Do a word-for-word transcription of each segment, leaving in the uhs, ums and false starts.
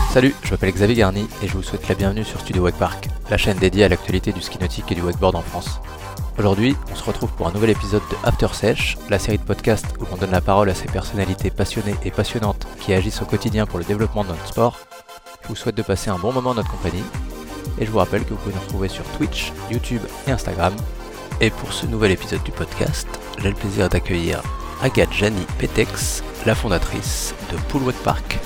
Salut, je m'appelle Xavier Garny et je vous souhaite la bienvenue sur Studio Wakepark, la chaîne dédiée à l'actualité du ski nautique et du wakeboard en France. Aujourd'hui, on se retrouve pour un nouvel épisode de After Sesh, la série de podcasts où l'on donne la parole à ces personnalités passionnées et passionnantes qui agissent au quotidien pour le développement de notre sport. Je vous souhaite de passer un bon moment en notre compagnie et je vous rappelle que vous pouvez nous retrouver sur Twitch, YouTube et Instagram. Et pour ce nouvel épisode du podcast, j'ai le plaisir d'accueillir Agathe Jani Petex, la fondatrice de Pool Wakepark.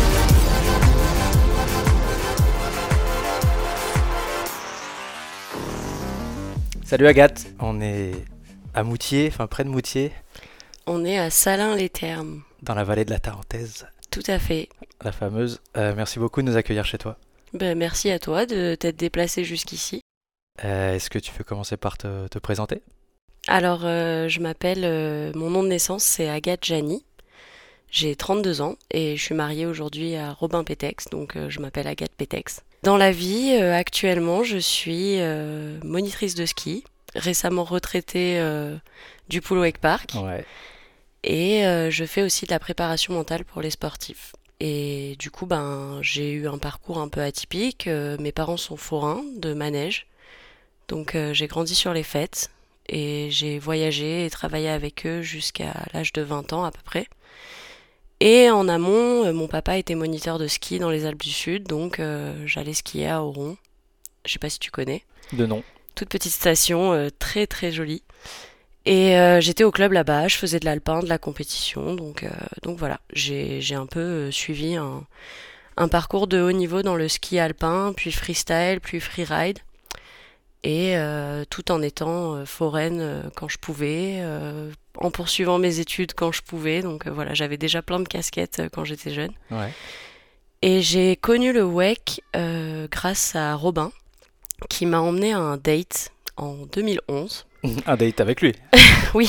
Salut Agathe, on est à Moutier, enfin près de Moutier. On est à Salins-les-Thermes. Dans la vallée de la Tarentaise. Tout à fait. La fameuse. Euh, merci beaucoup de nous accueillir chez toi. Ben, merci à toi de t'être déplacé jusqu'ici. Euh, est-ce que tu veux commencer par te, te présenter ? Alors, euh, je m'appelle... Euh, mon nom de naissance, c'est Agathe Jani. J'ai trente-deux ans et je suis mariée aujourd'hui à Robin Petex, donc euh, je m'appelle Agathe Petex. Dans la vie, euh, actuellement, je suis euh, monitrice de ski, récemment retraitée euh, du Pool Wakepark. Ouais. Et euh, je fais aussi de la préparation mentale pour les sportifs. Et du coup, ben, j'ai eu un parcours un peu atypique. Euh, mes parents sont forains de manège. Donc euh, j'ai grandi sur les fêtes. Et j'ai voyagé et travaillé avec eux jusqu'à l'âge de vingt ans à peu près. Et en amont, euh, mon papa était moniteur de ski dans les Alpes du Sud. Donc euh, j'allais skier à Oron. Je sais pas si tu connais. De nom. Toute petite station, euh, très très jolie. Et euh, j'étais au club là-bas, je faisais de l'alpin, de la compétition, donc, euh, donc voilà, j'ai, j'ai un peu euh, suivi un, un parcours de haut niveau dans le ski alpin, puis freestyle, puis freeride, et euh, tout en étant euh, foraine euh, quand je pouvais, euh, en poursuivant mes études quand je pouvais, donc euh, voilà, j'avais déjà plein de casquettes euh, quand j'étais jeune. Ouais. Et j'ai connu le wake euh, grâce à Robin, qui m'a emmené à un date en deux mille onze. Un date avec lui. Oui.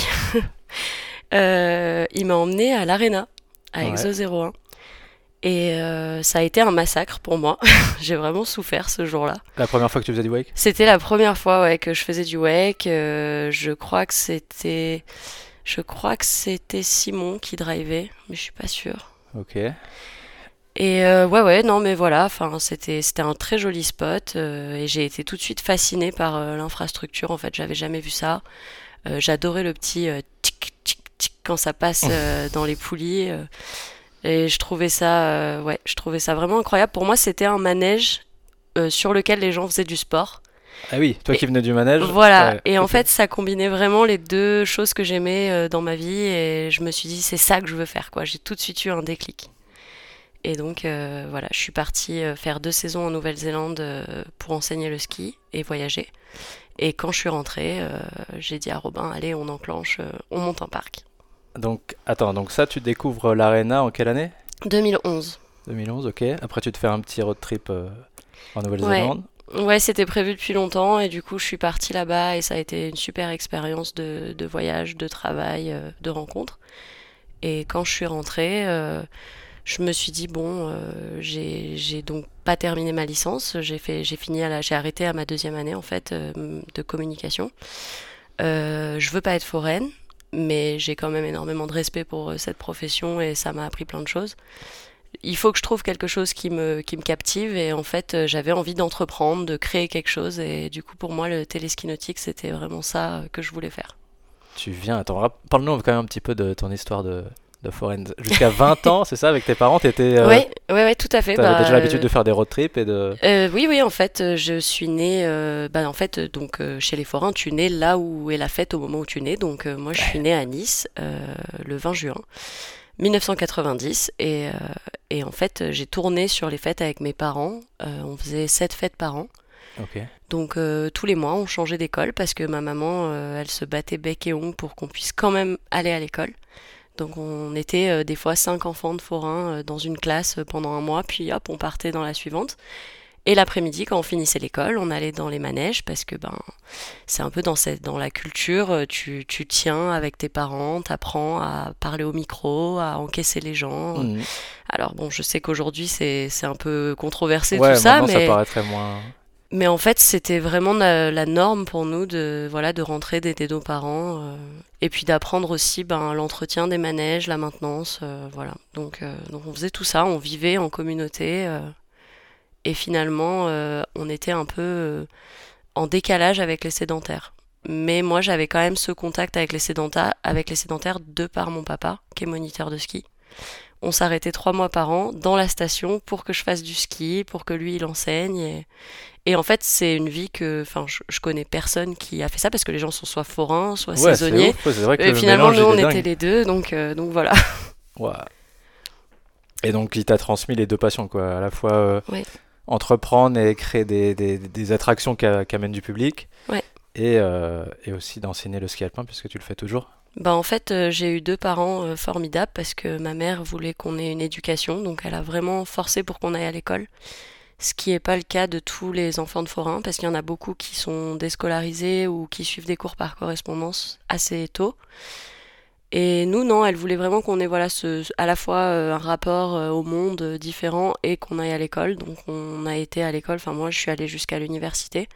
euh, il m'a emmené à l'Arena, à Ouais. Exo zéro un. Et euh, ça a été un massacre pour moi. J'ai vraiment souffert ce jour-là. La première fois que tu faisais du wake ? C'était la première fois ouais, que je faisais du wake. Euh, je crois que c'était... Je crois que c'était Simon qui drivait, mais je suis pas sûre. Ok. Et euh, ouais, ouais, non, mais voilà, enfin, c'était, c'était un très joli spot. Euh, et j'ai été tout de suite fascinée par euh, l'infrastructure. En fait, j'avais jamais vu ça. Euh, j'adorais le petit euh, tic tic tic quand ça passe euh, dans les poulies euh, et je trouvais ça euh, ouais je trouvais ça vraiment incroyable. Pour moi, c'était un manège euh, sur lequel les gens faisaient du sport. Ah oui, toi Et qui venais du manège. Voilà, ouais, et en ok. fait ça combinait vraiment les deux choses que j'aimais euh, dans ma vie, et je me suis dit c'est ça que je veux faire, quoi. J'ai tout de suite eu un déclic. Et donc euh, voilà, je suis partie euh, faire deux saisons en Nouvelle-Zélande euh, pour enseigner le ski et voyager. Et quand je suis rentrée, euh, j'ai dit à Robin, allez, on enclenche, euh, on monte un parc. Donc, attends, donc ça, tu découvres l'Arena en quelle année ? deux mille onze. deux mille onze, ok. Après, tu te fais un petit road trip euh, en Nouvelle-Zélande. Ouais, c'était prévu depuis longtemps et du coup, je suis partie là-bas et ça a été une super expérience de, de voyage, de travail, euh, de rencontre. Et quand je suis rentrée, euh, je me suis dit, bon, euh, j'ai, j'ai donc pas terminé ma licence. J'ai fait, j'ai fini à la, j'ai arrêté à ma deuxième année, en fait, euh, de communication. Euh, je veux pas être foraine, mais j'ai quand même énormément de respect pour euh, cette profession et ça m'a appris plein de choses. Il faut que je trouve quelque chose qui me, qui me captive, et en fait euh, j'avais envie d'entreprendre, de créer quelque chose, et du coup pour moi le téléski nautique c'était vraiment ça euh, que je voulais faire. Tu viens, attends, rap- parle-nous quand même un petit peu de ton histoire de, de foraine. Jusqu'à vingt ans, c'est ça, avec tes parents, t'étais, euh, Ouais, ouais, ouais, tout à fait. t'avais Bah, déjà l'habitude euh, de faire des road trips et de... euh, oui, oui, en fait, euh, je suis née, euh, bah, en fait, euh, donc euh, chez les forains, tu nais là où est la fête au moment où tu nais. Donc euh, moi, je suis née à Nice euh, le vingt juin mille neuf cent quatre-vingt-dix, et, euh, et en fait, j'ai tourné sur les fêtes avec mes parents. Euh, on faisait sept fêtes par an. Ok. Donc euh, tous les mois, on changeait d'école parce que ma maman, euh, elle se battait bec et ongles pour qu'on puisse quand même aller à l'école. Donc on était euh, des fois cinq enfants de forains euh, dans une classe euh, pendant un mois, puis hop, on partait dans la suivante. Et l'après-midi, quand on finissait l'école, on allait dans les manèges parce que ben c'est un peu dans cette, dans la culture, euh, tu, tu tiens avec tes parents, t'apprends à parler au micro, à encaisser les gens. Mhm. Alors bon, je sais qu'aujourd'hui c'est, c'est un peu controversé Ouais, tout ça, maintenant ça mais paraîtrait moins... mais en fait, c'était vraiment la, la norme pour nous de, voilà, de rentrer, d'aider nos parents, euh, et puis d'apprendre aussi ben, l'entretien des manèges, la maintenance, euh, voilà. Donc, euh, donc on faisait tout ça, on vivait en communauté, euh, et finalement, euh, on était un peu euh, en décalage avec les sédentaires. Mais moi, j'avais quand même ce contact avec les sédentaires, avec les sédentaires de par mon papa, qui est moniteur de ski. On s'arrêtait trois mois par an dans la station pour que je fasse du ski, pour que lui, il enseigne. Et, et en fait, c'est une vie que, enfin, je, je connais personne qui a fait ça parce que les gens sont soit forains, soit Ouais, c'est saisonniers. ouf, ouais, c'est vrai que Et le finalement, mélange, nous, il on est était dingue. les deux, donc, euh, donc voilà. Ouais. Et donc, il t'a transmis les deux passions, quoi. À la fois euh, Ouais. entreprendre et créer des, des, des attractions qui, a- qui amènent du public. Ouais. Et, euh, et aussi d'enseigner le ski alpin, puisque tu le fais toujours. Bah en fait, euh, j'ai eu deux parents euh, formidables parce que ma mère voulait qu'on ait une éducation, donc elle a vraiment forcé pour qu'on aille à l'école. Ce qui n'est pas le cas de tous les enfants de forains, parce qu'il y en a beaucoup qui sont déscolarisés ou qui suivent des cours par correspondance assez tôt. Et nous, non, elle voulait vraiment qu'on ait voilà, ce, à la fois euh, un rapport euh, au monde euh, différent et qu'on aille à l'école. Donc on a été à l'école, enfin moi je suis allée jusqu'à l'université.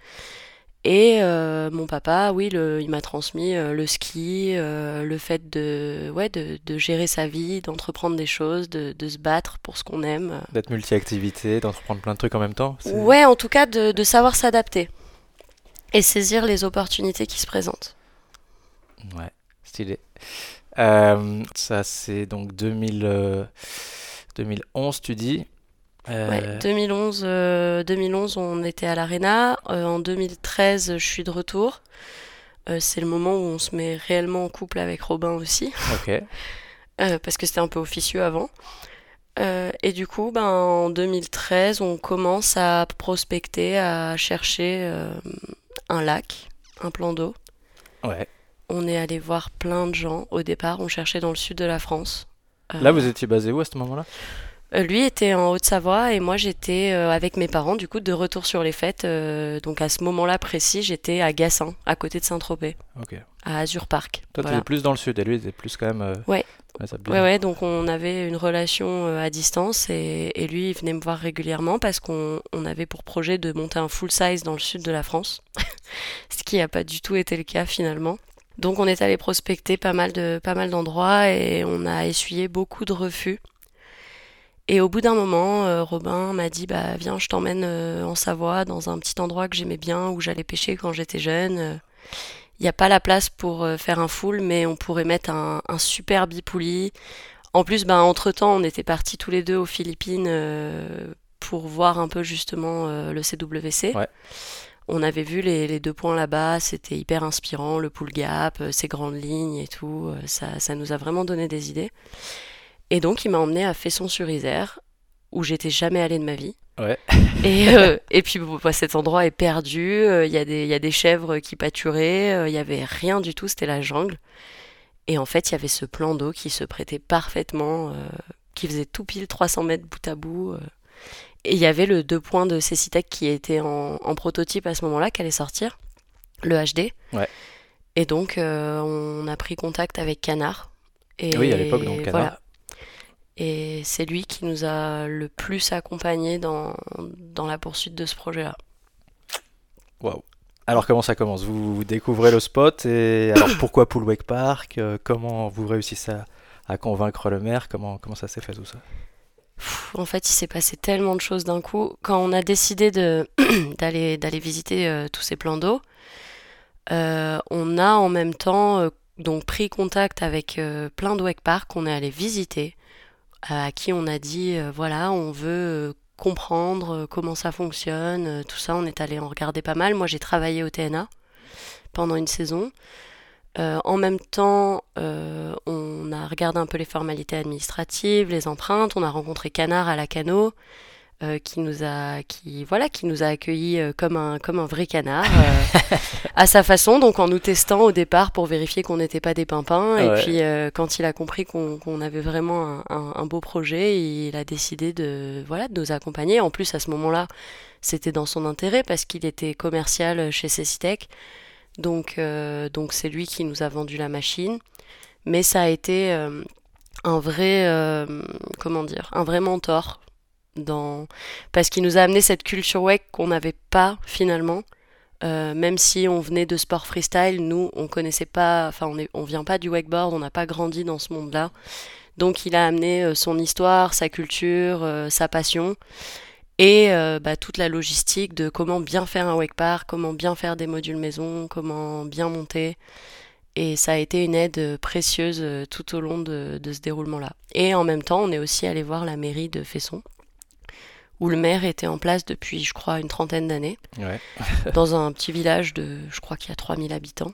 Et euh, mon papa, oui, le, il m'a transmis euh, le ski, euh, le fait de, ouais, de, de gérer sa vie, d'entreprendre des choses, de, de se battre pour ce qu'on aime. D'être multi-activité, d'entreprendre plein de trucs en même temps. c'est- Ouais, en tout cas, de, de savoir s'adapter et saisir les opportunités qui se présentent. Ouais, stylé. Euh, ça, c'est donc deux mille, euh, deux mille onze, tu dis. Euh, Ouais, deux mille onze, euh, deux mille onze, on était à l'Arena. Euh, en deux mille treize, je suis de retour. Euh, c'est le moment où on se met réellement en couple avec Robin aussi, Ok. euh, parce que c'était un peu officieux avant. Euh, et du coup, ben, en deux mille treize, on commence à prospecter, à chercher euh, un lac, un plan d'eau. Ouais. On est allé voir plein de gens. Au départ, on cherchait dans le sud de la France. Euh, Là, vous étiez basé où à ce moment-là? euh, lui était en Haute-Savoie et moi j'étais euh, avec mes parents, du coup, de retour sur les fêtes. Euh, donc à ce moment-là précis, j'étais à Gassin, à côté de Saint-Tropez, Ok. à Azur Park. Toi, Voilà. t'étais plus dans le sud et lui, il était plus quand même. euh, Ouais. ouais, ça te Ouais, ouais, donc on avait une relation euh, à distance et, et lui, il venait me voir régulièrement parce qu'on on avait pour projet de monter un full size dans le sud de la France, ce qui n'a pas du tout été le cas finalement. Donc on est allé prospecter pas mal de, pas mal d'endroits et on a essuyé beaucoup de refus. Et au bout d'un moment, euh, Robin m'a dit bah viens, je t'emmène euh, en Savoie dans un petit endroit que j'aimais bien où j'allais pêcher quand j'étais jeune. Il n'y a pas la place pour euh, faire un full, mais on pourrait mettre un, un super bipouli. En plus, ben, entre-temps, on était partis tous les deux aux Philippines euh, pour voir un peu justement euh, le C W C. Ouais. On avait vu les, les deux points là-bas, c'était hyper inspirant, le pool gap, euh, ses grandes lignes et tout. euh, Ça, ça nous a vraiment donné des idées. Et donc, il m'a emmené à Fesson-sur-Isère, où j'étais jamais allée de ma vie. Ouais. Et, euh, et puis bon, bah, cet endroit est perdu, euh, il y a des, il y a des chèvres qui pâturaient, euh, il y avait rien du tout, c'était la jungle. Et en fait, il y avait ce plan d'eau qui se prêtait parfaitement, euh, qui faisait tout pile trois cents mètres bout à bout. euh. Et il y avait le deux points de Cécitec qui était en, en prototype à ce moment-là, qui allait sortir, le H D. Ouais. Et donc, euh, on a pris contact avec Canard. Et Oui, à l'époque, donc, Canard. voilà. Et c'est lui qui nous a le plus accompagnés dans, dans la poursuite de ce projet-là. Waouh. Alors, comment ça commence? Vous, vous découvrez le spot et alors pourquoi Pool Wake Park? Euh, Comment vous réussissez à, à convaincre le maire? Comment, comment ça s'est fait tout ça? Pff, En fait, il s'est passé tellement de choses d'un coup. Quand on a décidé de, d'aller, d'aller visiter euh, tous ces plans d'eau, euh, on a en même temps euh, donc pris contact avec euh, plein de wake parks qu'on est allé visiter, à qui on a dit euh, voilà, on veut euh, comprendre euh, comment ça fonctionne, euh, tout ça. On est allé en regarder pas mal. Moi, j'ai travaillé au T N A pendant une saison. Euh, en même temps, euh, on a regardé un peu les formalités administratives, les empreintes. On a rencontré Canard à la Cano, euh, qui nous a, qui voilà, qui nous a accueillis euh, comme un comme un vrai canard, euh, à sa façon. Donc en nous testant au départ pour vérifier qu'on n'était pas des pimpins. Et Ouais. puis euh, quand il a compris qu'on qu'on avait vraiment un, un- un beau projet, il a décidé de voilà de nous accompagner. En plus à ce moment-là, c'était dans son intérêt parce qu'il était commercial chez Cécitec. Donc, euh, donc c'est lui qui nous a vendu la machine. Mais ça a été euh, un vrai, euh, comment dire, un vrai mentor dans... parce qu'il nous a amené cette culture wake qu'on n'avait pas finalement. Euh, même si on venait de sport freestyle, nous on connaissait pas, enfin on est, on vient pas du wakeboard, on n'a pas grandi dans ce monde-là. Donc il a amené euh, son histoire, sa culture, euh, sa passion. et euh, bah, toute la logistique de comment bien faire un wake-park, comment bien faire des modules maison, comment bien monter. Et ça a été une aide précieuse euh, tout au long de, de ce déroulement-là. Et en même temps, on est aussi allé voir la mairie de Fesson, où le maire était en place depuis, je crois, une trentaine d'années, Ouais. dans un petit village de, je crois qu'il y a trois mille habitants.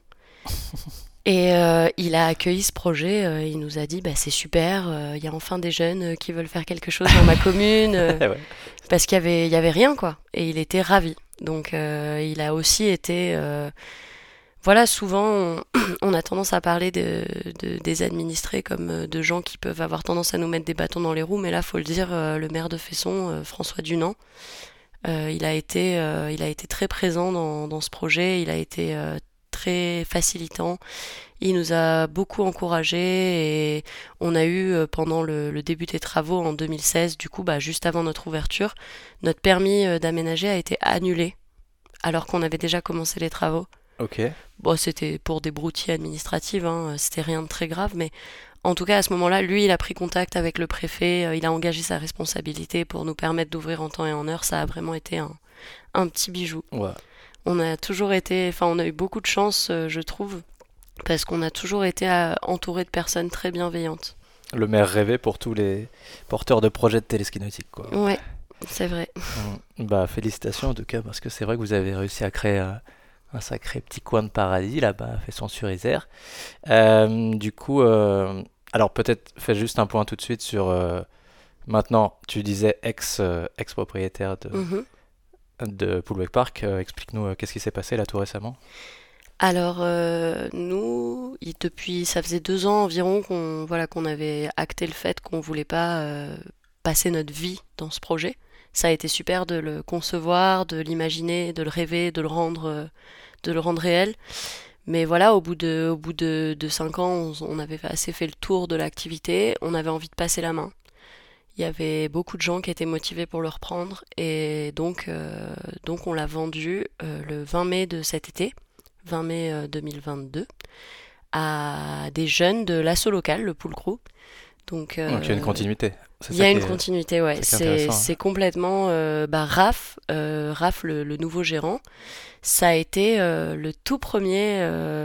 Et euh, il a accueilli ce projet, euh, il nous a dit bah, c'est super, il euh, y a enfin des jeunes euh, qui veulent faire quelque chose dans ma commune, euh, Ouais. parce qu'il y avait, il y avait rien quoi, et il était ravi. Donc euh, il a aussi été, euh, voilà, souvent on, on a tendance à parler de, de- des administrés comme euh, de gens qui peuvent avoir tendance à nous mettre des bâtons dans les roues, mais là faut le dire, euh, le maire de Fesson, euh, François Dunant, euh, il a été, euh, il a été très présent dans, dans ce projet, il a été euh, très facilitant. Il nous a beaucoup encouragés et on a eu euh, pendant le, le début des travaux en deux mille seize, du coup, bah, juste avant notre ouverture, notre permis euh, d'aménager a été annulé alors qu'on avait déjà commencé les travaux. Ok. Bon, c'était pour des broutilles administratives, hein, c'était rien de très grave, mais en tout cas à ce moment-là, lui, il a pris contact avec le préfet, euh, il a engagé sa responsabilité pour nous permettre d'ouvrir en temps et en heure. Ça a vraiment été un, un petit bijou. Ouais. On a toujours été, enfin, on a eu beaucoup de chance, euh, je trouve, parce qu'on a toujours été euh, entouré de personnes très bienveillantes. Le maire rêvé pour tous les porteurs de projets de téléski nautique, quoi. Ouais, c'est vrai. Mm. Bah, félicitations en tout cas, parce que c'est vrai que vous avez réussi à créer un, un sacré petit coin de paradis là-bas, à Fesson-sur-Isère. Euh, du coup, euh, alors peut-être fais juste un point tout de suite sur. Euh, maintenant, tu disais ex, euh, ex-propriétaire de, Mhm. de Poolweg Park. Euh, explique-nous euh, qu'est-ce qui s'est passé là tout récemment. Alors euh, nous, il- depuis, ça faisait deux ans environ qu'on voilà qu'on avait acté le fait qu'on voulait pas euh, passer notre vie dans ce projet. Ça a été super de le concevoir, de l'imaginer, de le rêver, de le rendre, euh, de le rendre réel. Mais voilà, au bout de, au bout de, de cinq ans, on, on avait assez fait le tour de l'activité. On avait envie de passer la main. Il y avait beaucoup de gens qui étaient motivés pour le reprendre et donc, euh, donc on l'a vendu euh, le vingt mai de cet été, vingt mai euh, deux mille vingt-deux, à des jeunes de l'asso local, le Pool Crew. Donc, Donc il y a une euh, continuité. C'est il y ça a qui une est, continuité, ouais. c'est qui est C'est, intéressant. c'est complètement. Euh, bah, Raph, euh, Raph le, le nouveau gérant, ça a été euh, le tout premier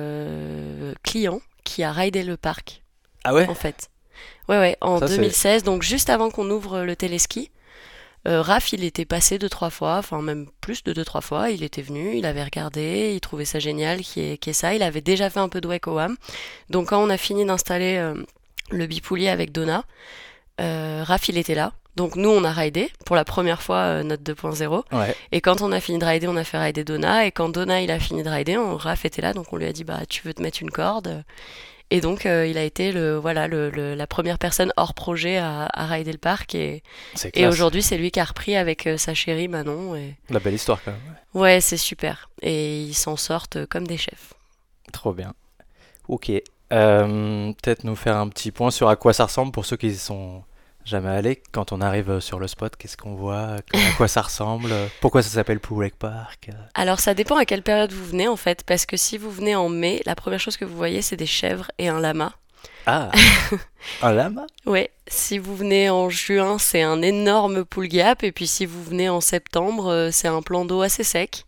euh, client qui a raidé le parc, Ah ouais? en fait. Ouais, ouais, en Ça c'est. deux mille seize, donc juste avant qu'on ouvre le téléski. Euh, Raph, il était passé deux, trois fois, enfin même plus de deux, trois fois. Il était venu, il avait regardé, il trouvait ça génial qu'il y ait, qu'il y ait ça. Il avait déjà fait un peu de wake au Wham. Donc quand on a fini d'installer euh, le bipoulier avec Donna, euh, Raph, il était là. Donc nous, on a raidé pour la première fois euh, notre deux point zéro. Ouais. Et quand on a fini de raider, on a fait raider Donna. Et quand Donna, il a fini de raider, on, Raph était là. Donc on lui a dit, bah tu veux te mettre une corde. Et donc euh, il a été le, voilà, le, le- la première personne hors projet à, à raider le parc. Et, C'est et classe. aujourd'hui, c'est lui qui a repris avec euh, sa chérie Manon. Et... La belle histoire quand même. Ouais. Ouais, c'est super. Et ils s'en sortent euh, comme des chefs. Trop bien. Ok. Euh, peut-être nous faire un petit point sur à quoi ça ressemble pour ceux qui y sont jamais allés. Quand on arrive sur le spot, qu'est-ce qu'on voit? À quoi ça ressemble? Pourquoi ça s'appelle Poolweg Park? Alors ça dépend à quelle période vous venez en fait, parce que si vous venez en mai, la première chose que vous voyez c'est des chèvres et un lama. Ah, un lama? Ouais, si vous venez en juin, c'est un énorme pool gap, et puis si vous venez en septembre, euh, c'est un plan d'eau assez sec.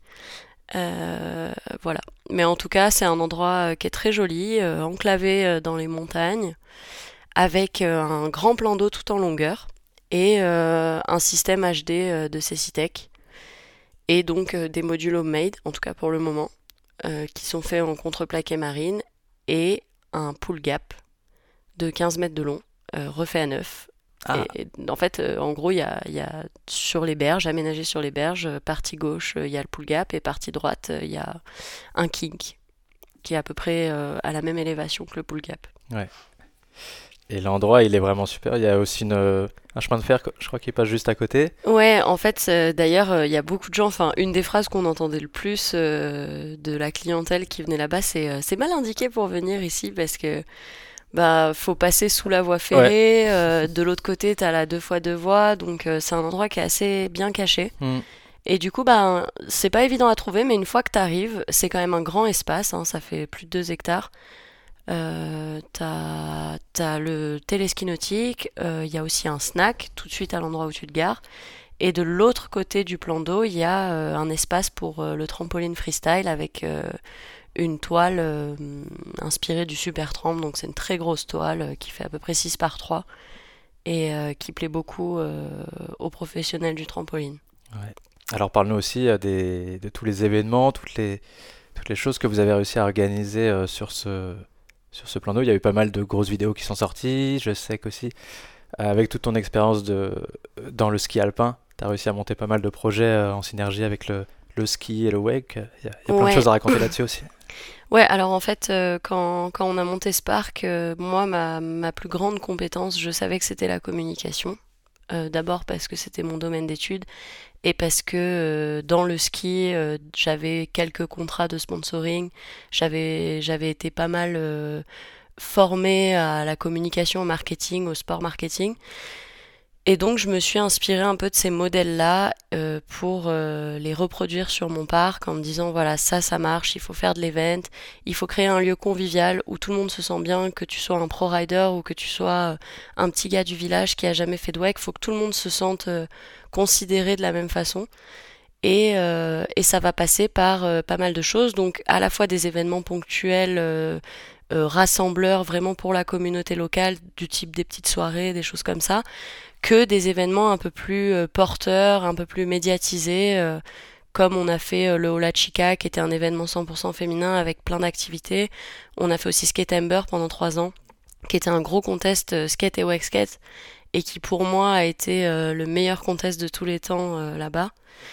Euh, voilà. Mais en tout cas, c'est un endroit euh, qui est très joli, euh, enclavé euh, dans les montagnes, avec euh, un grand plan d'eau tout en longueur et euh, un système H D euh, de Cecitech et donc euh, des modules homemade, en tout cas pour le moment, euh, qui sont faits en contreplaqué marine et un pool gap de quinze mètres de long, euh, refait à neuf. Ah, Et, et en fait, euh, en gros, il y a, il y a sur les berges, aménagé sur les berges, euh, partie gauche, euh, il y a le pool gap et partie droite, euh, il y a un kink qui est à peu près euh, à la même élévation que le pool gap. ouais. Et l'endroit, il est vraiment super. Il y a aussi une, euh, un chemin de fer, je crois, qui passe juste à côté. Ouais, en fait, euh, d'ailleurs, euh, il y a beaucoup de gens. Enfin, une des phrases qu'on entendait le plus euh, de la clientèle qui venait là-bas, c'est euh, c'est mal indiqué pour venir ici parce que bah faut passer sous la voie ferrée. Euh, de l'autre côté, t'as la deux fois deux voies, donc euh, c'est un endroit qui est assez bien caché. Hmm. Et du coup, bah c'est pas évident à trouver, mais une fois que t'arrives, c'est quand même un grand espace. Hein, ça fait plus de deux hectares. Euh, t'as, t'as le téléski nautique, il euh, y a aussi un snack tout de suite à l'endroit où tu te gares. Et de l'autre côté du plan d'eau, il y a euh, un espace pour euh, le trampoline freestyle avec euh, une toile euh, inspirée du Super Tramp. Donc c'est une très grosse toile euh, qui fait à peu près six par trois et euh, qui plaît beaucoup euh, aux professionnels du trampoline. Ouais. Alors parle-nous aussi euh, des, de tous les événements, toutes les, toutes les choses que vous avez réussi à organiser euh, sur ce, sur ce plan d'eau. Il y a eu pas mal de grosses vidéos qui sont sorties. Je sais qu'aussi, euh, avec toute ton expérience de, dans le ski alpin, tu as réussi à monter pas mal de projets euh, en synergie avec le, le ski et le wake. Il y a, il y a plein de Ouais. choses à raconter là-dessus aussi. Ouais, alors en fait, euh, quand, quand on a monté Spark, euh, moi, ma, ma plus grande compétence, je savais que c'était la communication. Euh, d'abord parce que c'était mon domaine d'études et parce que euh, dans le ski, euh, j'avais quelques contrats de sponsoring, j'avais, j'avais été pas mal euh, formée à la communication, au marketing, au sport marketing. Et donc je me suis inspirée un peu de ces modèles-là euh, pour euh, les reproduire sur mon parc en me disant voilà ça ça marche, il faut faire de l'event, il faut créer un lieu convivial où tout le monde se sent bien, que tu sois un pro rider ou que tu sois euh, un petit gars du village qui a jamais fait de wake, il faut que tout le monde se sente euh, considéré de la même façon. Et, euh, et ça va passer par euh, pas mal de choses, donc à la fois des événements ponctuels, euh, euh, rassembleurs vraiment pour la communauté locale, du type des petites soirées, des choses comme ça, que des événements un peu plus euh, porteurs, un peu plus médiatisés, euh, comme on a fait euh, le Hola Chica, qui était un événement cent pour cent féminin avec plein d'activités. On a fait aussi Skate Amber pendant trois ans, qui était un gros contest euh, skate et wake skate, et qui pour moi a été euh, le meilleur contest de tous les temps euh, là-bas.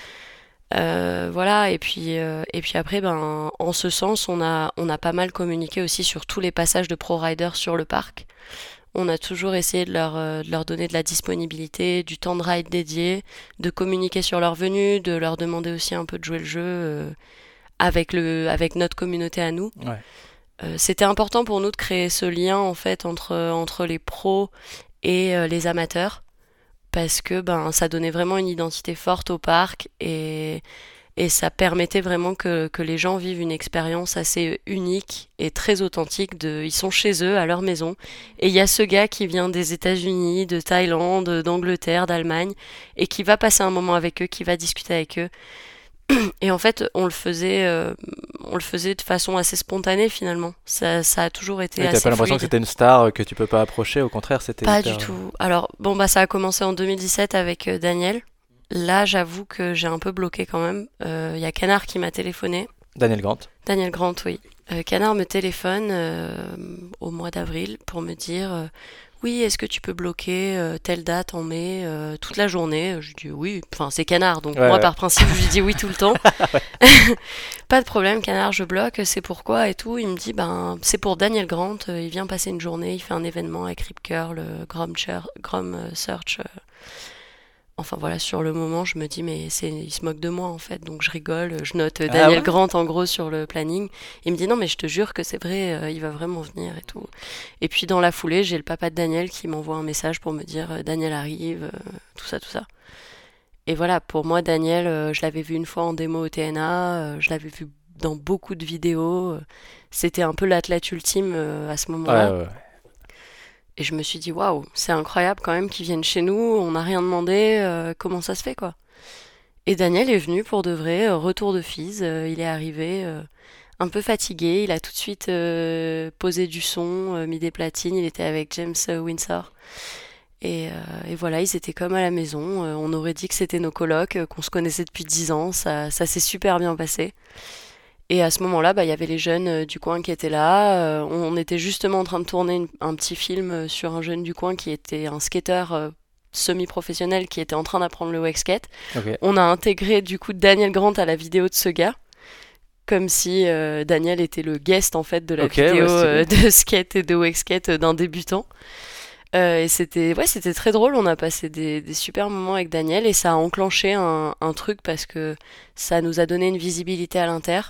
Euh, voilà, et puis, euh, et puis après, ben, en ce sens, on a, on a pas mal communiqué aussi sur tous les passages de pro riders sur le parc. On a toujours essayé de leur, euh, de leur donner de la disponibilité, du temps de ride dédié, de communiquer sur leur venue, de leur demander aussi un peu de jouer le jeu euh, avec, le, avec notre communauté à nous. Ouais. Euh, c'était important pour nous de créer ce lien en fait entre, entre les pros et euh, les amateurs parce que ben, ça donnait vraiment une identité forte au parc et, et ça permettait vraiment que, que les gens vivent une expérience assez unique et très authentique. De, ils sont chez eux, à leur maison, et il y a ce gars qui vient des États-Unis, de Thaïlande, d'Angleterre, d'Allemagne, et qui va passer un moment avec eux, qui va discuter avec eux. Et en fait, on le faisait, euh, on le faisait de façon assez spontanée finalement. Ça, ça a toujours été Oui, t'as assez pas l'impression que fluide. c'était une star euh, que tu peux pas approcher, au contraire, c'était Pas hyper... du tout. Alors, bon, bah, ça a commencé en deux mille dix-sept avec euh, Daniel. Là, j'avoue que j'ai un peu bloqué quand même. Il euh, y a Canard qui m'a téléphoné. Daniel Grant. Daniel Grant, oui. Euh, Canard me téléphone euh, au mois d'avril pour me dire euh, oui, est-ce que tu peux bloquer euh, telle date en mai euh, toute la journée. Je dis oui. Enfin, c'est Canard, donc Ouais, moi, ouais. par principe, je lui dis oui tout le temps. Pas de problème, Canard, je bloque. C'est pourquoi et tout. Il me dit ben, c'est pour Daniel Grant. euh, il vient passer une journée. Il fait un événement avec Rip Curl, euh, Grom, Cher- Grom euh, Search. euh, Enfin voilà, sur le moment, je me dis, mais c'est, il se moque de moi en fait, donc je rigole, je note euh, Ah Daniel ouais? Grant en gros sur le planning. Il me dit, non, mais je te jure que c'est vrai, euh, il va vraiment venir et tout. Et puis dans la foulée, j'ai le papa de Daniel qui m'envoie un message pour me dire, euh, Daniel arrive, euh, tout ça, tout ça. Et voilà, pour moi, Daniel, euh, je l'avais vu une fois en démo au T N A, euh, je l'avais vu dans beaucoup de vidéos. euh, C'était un peu l'athlète ultime euh, à ce Ouais, moment-là. ouais, ouais. Et je me suis dit, waouh, c'est incroyable quand même qu'ils viennent chez nous, on n'a rien demandé, euh, comment ça se fait quoi. Et Daniel est venu pour de vrai, euh, retour de Fise, euh, il est arrivé euh, un peu fatigué, il a tout de suite euh, posé du son, euh, mis des platines, il était avec James euh, Windsor. Et, euh, et voilà, ils étaient comme à la maison, euh, on aurait dit que c'était nos colocs, euh, qu'on se connaissait depuis dix ans, ça, ça s'est super bien passé. Et à ce moment-là, bah, il y avait les jeunes euh, du coin qui étaient là. Euh, on était justement en train de tourner une- un petit film euh, sur un jeune du coin qui était un skater euh, semi-professionnel qui était en train d'apprendre le wake skate. Ok. On a intégré du coup Daniel Grant à la vidéo de ce gars, comme si euh, Daniel était le guest en fait de la Ok, ouais, vidéo stylé. euh, de skate et de wake skate euh, d'un débutant. Euh, et c'était ouais, c'était très drôle. On a passé des, des super moments avec Daniel et ça a enclenché un, un truc parce que ça nous a donné une visibilité à l'inter.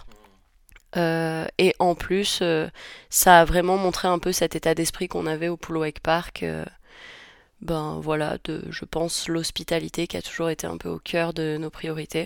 Euh, et en plus, euh, ça a vraiment montré un peu cet état d'esprit qu'on avait au Pool Wake Park. euh, ben voilà, de, je pense, l'hospitalité qui a toujours été un peu au cœur de nos priorités.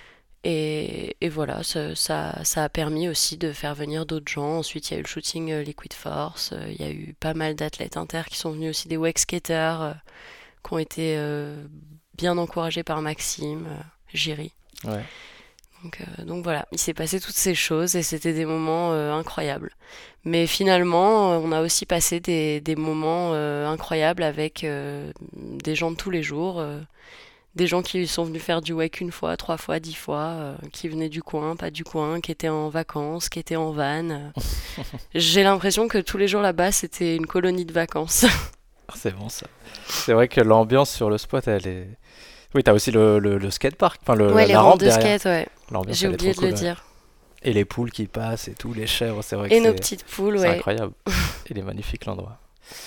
Et, et voilà, ça, ça, ça a permis aussi de faire venir d'autres gens. Ensuite, il y a eu le shooting euh, Liquid Force. euh, Il y a eu pas mal d'athlètes inter qui sont venus aussi, des wake skaters euh, qui ont été euh, bien encouragée par Maxime, euh, Giry. Ouais. Donc, euh, donc voilà, il s'est passé toutes ces choses et c'était des moments euh, incroyables. Mais finalement, euh, on a aussi passé des, des moments euh, incroyables avec euh, des gens de tous les jours, euh, des gens qui sont venus faire du wake une fois, trois fois, dix fois, euh, qui venaient du coin, pas du coin, qui étaient en vacances, qui étaient en van. J'ai l'impression que tous les jours là-bas, c'était une colonie de vacances. C'est bon ça. C'est vrai que l'ambiance sur le spot, elle est. Oui, t'as aussi le, le, le skatepark, enfin le, Ouais, la les rampe rampes de derrière. skate, ouais. L'ambiance, J'ai elle est oublié trop de le cool, ouais. dire. Et les poules qui passent et tout, les chèvres, c'est vrai que Et nos c'est, petites poules, c'est ouais. incroyable. Il est magnifique l'endroit.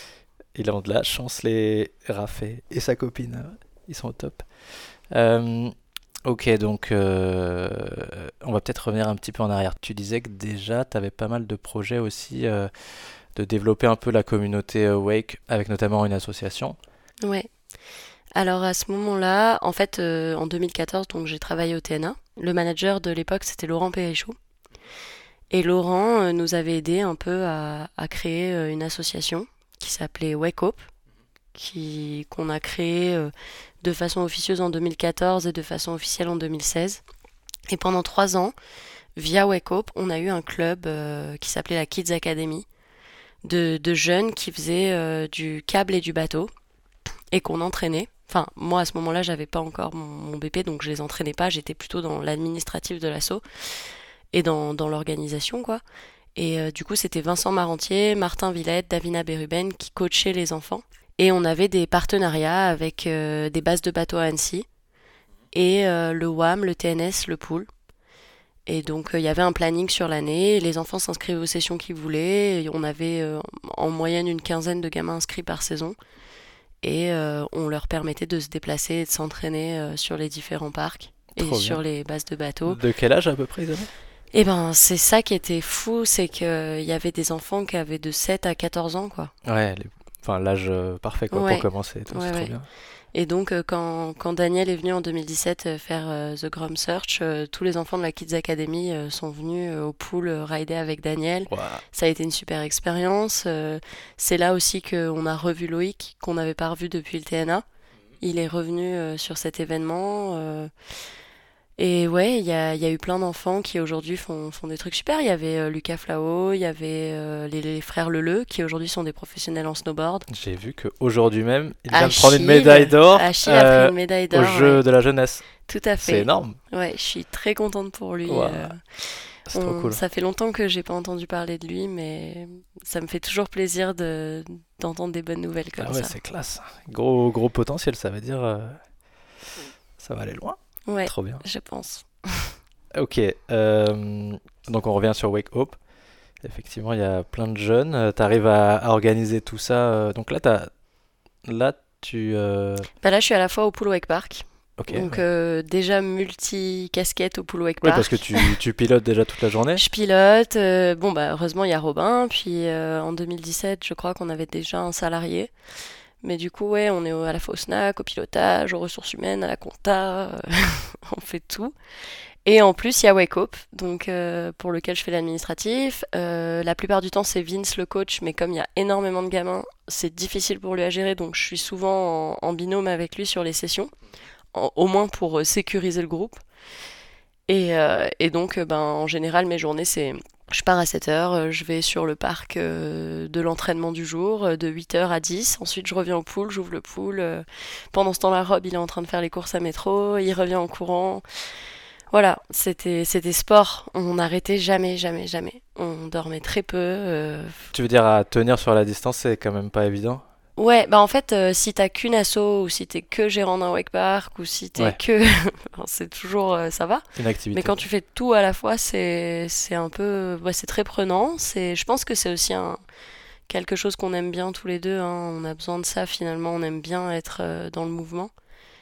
Il a de la chance, les Raffet et sa copine, ils sont au top. Euh, ok, donc euh, on va peut-être revenir un petit peu en arrière. Tu disais que déjà, tu avais pas mal de projets aussi euh, de développer un peu la communauté euh, Wake, avec notamment une association. Ouais. Alors à ce moment-là, en fait, euh, en deux mille quatorze, donc j'ai travaillé au T N A. Le manager de l'époque, c'était Laurent Périchou. Et Laurent euh, nous avait aidé un peu à, à créer euh, une association qui s'appelait Wake Hope, qui, qu'on a créée euh, de façon officieuse en deux mille quatorze et de façon officielle en deux mille seize. Et pendant trois ans, via Wake Hope, on a eu un club euh, qui s'appelait la Kids Academy, de, de jeunes qui faisaient euh, du câble et du bateau et qu'on entraînait. Enfin, moi à ce moment-là, j'avais pas encore mon, mon B P, donc je les entraînais pas. J'étais plutôt dans l'administratif de l'asso et dans, dans l'organisation, quoi. Et euh, du coup, c'était Vincent Marentier, Martin Villette, Davina Beruben qui coachaient les enfants. Et on avait des partenariats avec euh, des bases de bateaux à Annecy et euh, le W A M, le T N S, le pool. Et donc, il euh, y avait un planning sur l'année. Les enfants s'inscrivaient aux sessions qu'ils voulaient. Et on avait euh, en moyenne une quinzaine de gamins inscrits par saison. Et euh, on leur permettait de se déplacer et de s'entraîner euh, sur les différents parcs et Trop sur bien. les bases de bateaux. De quel âge à peu près ils avaient ? Et ben, c'est ça qui était fou, c'est qu'il y avait des enfants qui avaient de sept à quatorze ans, quoi. Ouais, les- enfin l'âge euh, parfait quoi, Ouais. pour commencer et tout, Ouais, c'est trop ouais. bien. Et donc, euh, quand, quand Daniel est venu en deux mille dix-sept euh, faire euh, The Grom Search, euh, tous les enfants de la Kids Academy euh, sont venus euh, au pool euh, rider avec Daniel. Ouah. Ça a été une super expérience. Euh, c'est là aussi qu'on a revu Loïc, qu'on n'avait pas revu depuis le T N A. Il est revenu euh, sur cet événement. euh, Et ouais, il y a, il y a eu plein d'enfants qui aujourd'hui font, font des trucs super. Il y avait euh, Lucas Flao, il y avait euh, les, les frères Leleu, qui aujourd'hui sont des professionnels en snowboard. J'ai vu qu'aujourd'hui même, il vient de prendre une Achille, médaille d'or Achille a euh, pris une médaille au d'or. jeu Ouais. de la jeunesse. Tout à C'est fait. énorme, Ouais, je suis très contente pour lui. Ouah, euh, c'est on- trop cool. Ça fait longtemps que j'ai pas entendu parler de lui, mais ça me fait toujours plaisir de, d'entendre des bonnes nouvelles comme Ah ouais, ça. c'est classe. Gros, gros potentiel, ça veut dire euh, ça va aller loin. Ouais, Trop bien. je pense. Ok, euh, donc on revient sur Wake Hope. Effectivement, il y a plein de jeunes. Tu arrives à, à organiser tout ça. euh, Donc là, t'as, là tu... euh, Bah là, je suis à la fois au Pool Wake Park. Ok. Donc ouais. euh, déjà multi-casquette au Pool Wake Oui, Park. parce que tu, tu pilotes déjà toute la journée. Je pilote. euh, bon, bah heureusement, il y a Robin. Puis euh, en deux mille dix-sept, je crois qu'on avait déjà un salarié. Mais du coup, ouais, on est au- à la fois au snack, au pilotage, aux ressources humaines, à la compta. euh, on fait tout. Et en plus, il y a Wake Hope, donc, euh, pour lequel je fais l'administratif. Euh, la plupart du temps, c'est Vince le coach, mais comme il y a énormément de gamins, c'est difficile pour lui à gérer. Donc je suis souvent en, en binôme avec lui sur les sessions, en- au moins pour euh, sécuriser le groupe. Et, euh, et donc, euh, ben, en général, mes journées, c'est... Je pars à sept heures, euh, je vais sur le parc euh, de l'entraînement du jour, euh, de huit heures à dix. Ensuite, je reviens au pool, j'ouvre le pool. euh, Pendant ce temps-là, Rob, il est en train de faire les courses à métro, il revient en courant. Voilà, c'était c'était sport. On n'arrêtait jamais, jamais, jamais. On dormait très peu. euh. Tu veux dire à tenir sur la distance, c'est quand même pas évident. Ouais, bah en fait, euh, si t'as qu'une asso, ou si t'es que gérant d'un wake park, ou si t'es Ouais. que... Enfin, c'est toujours... euh, ça va. Une activité. Mais quand tu fais tout à la fois, c'est c'est un peu... Ouais, c'est très prenant. C'est, je pense que c'est aussi un, quelque chose qu'on aime bien tous les deux, hein. On a besoin de ça, finalement. On aime bien être euh, dans le mouvement.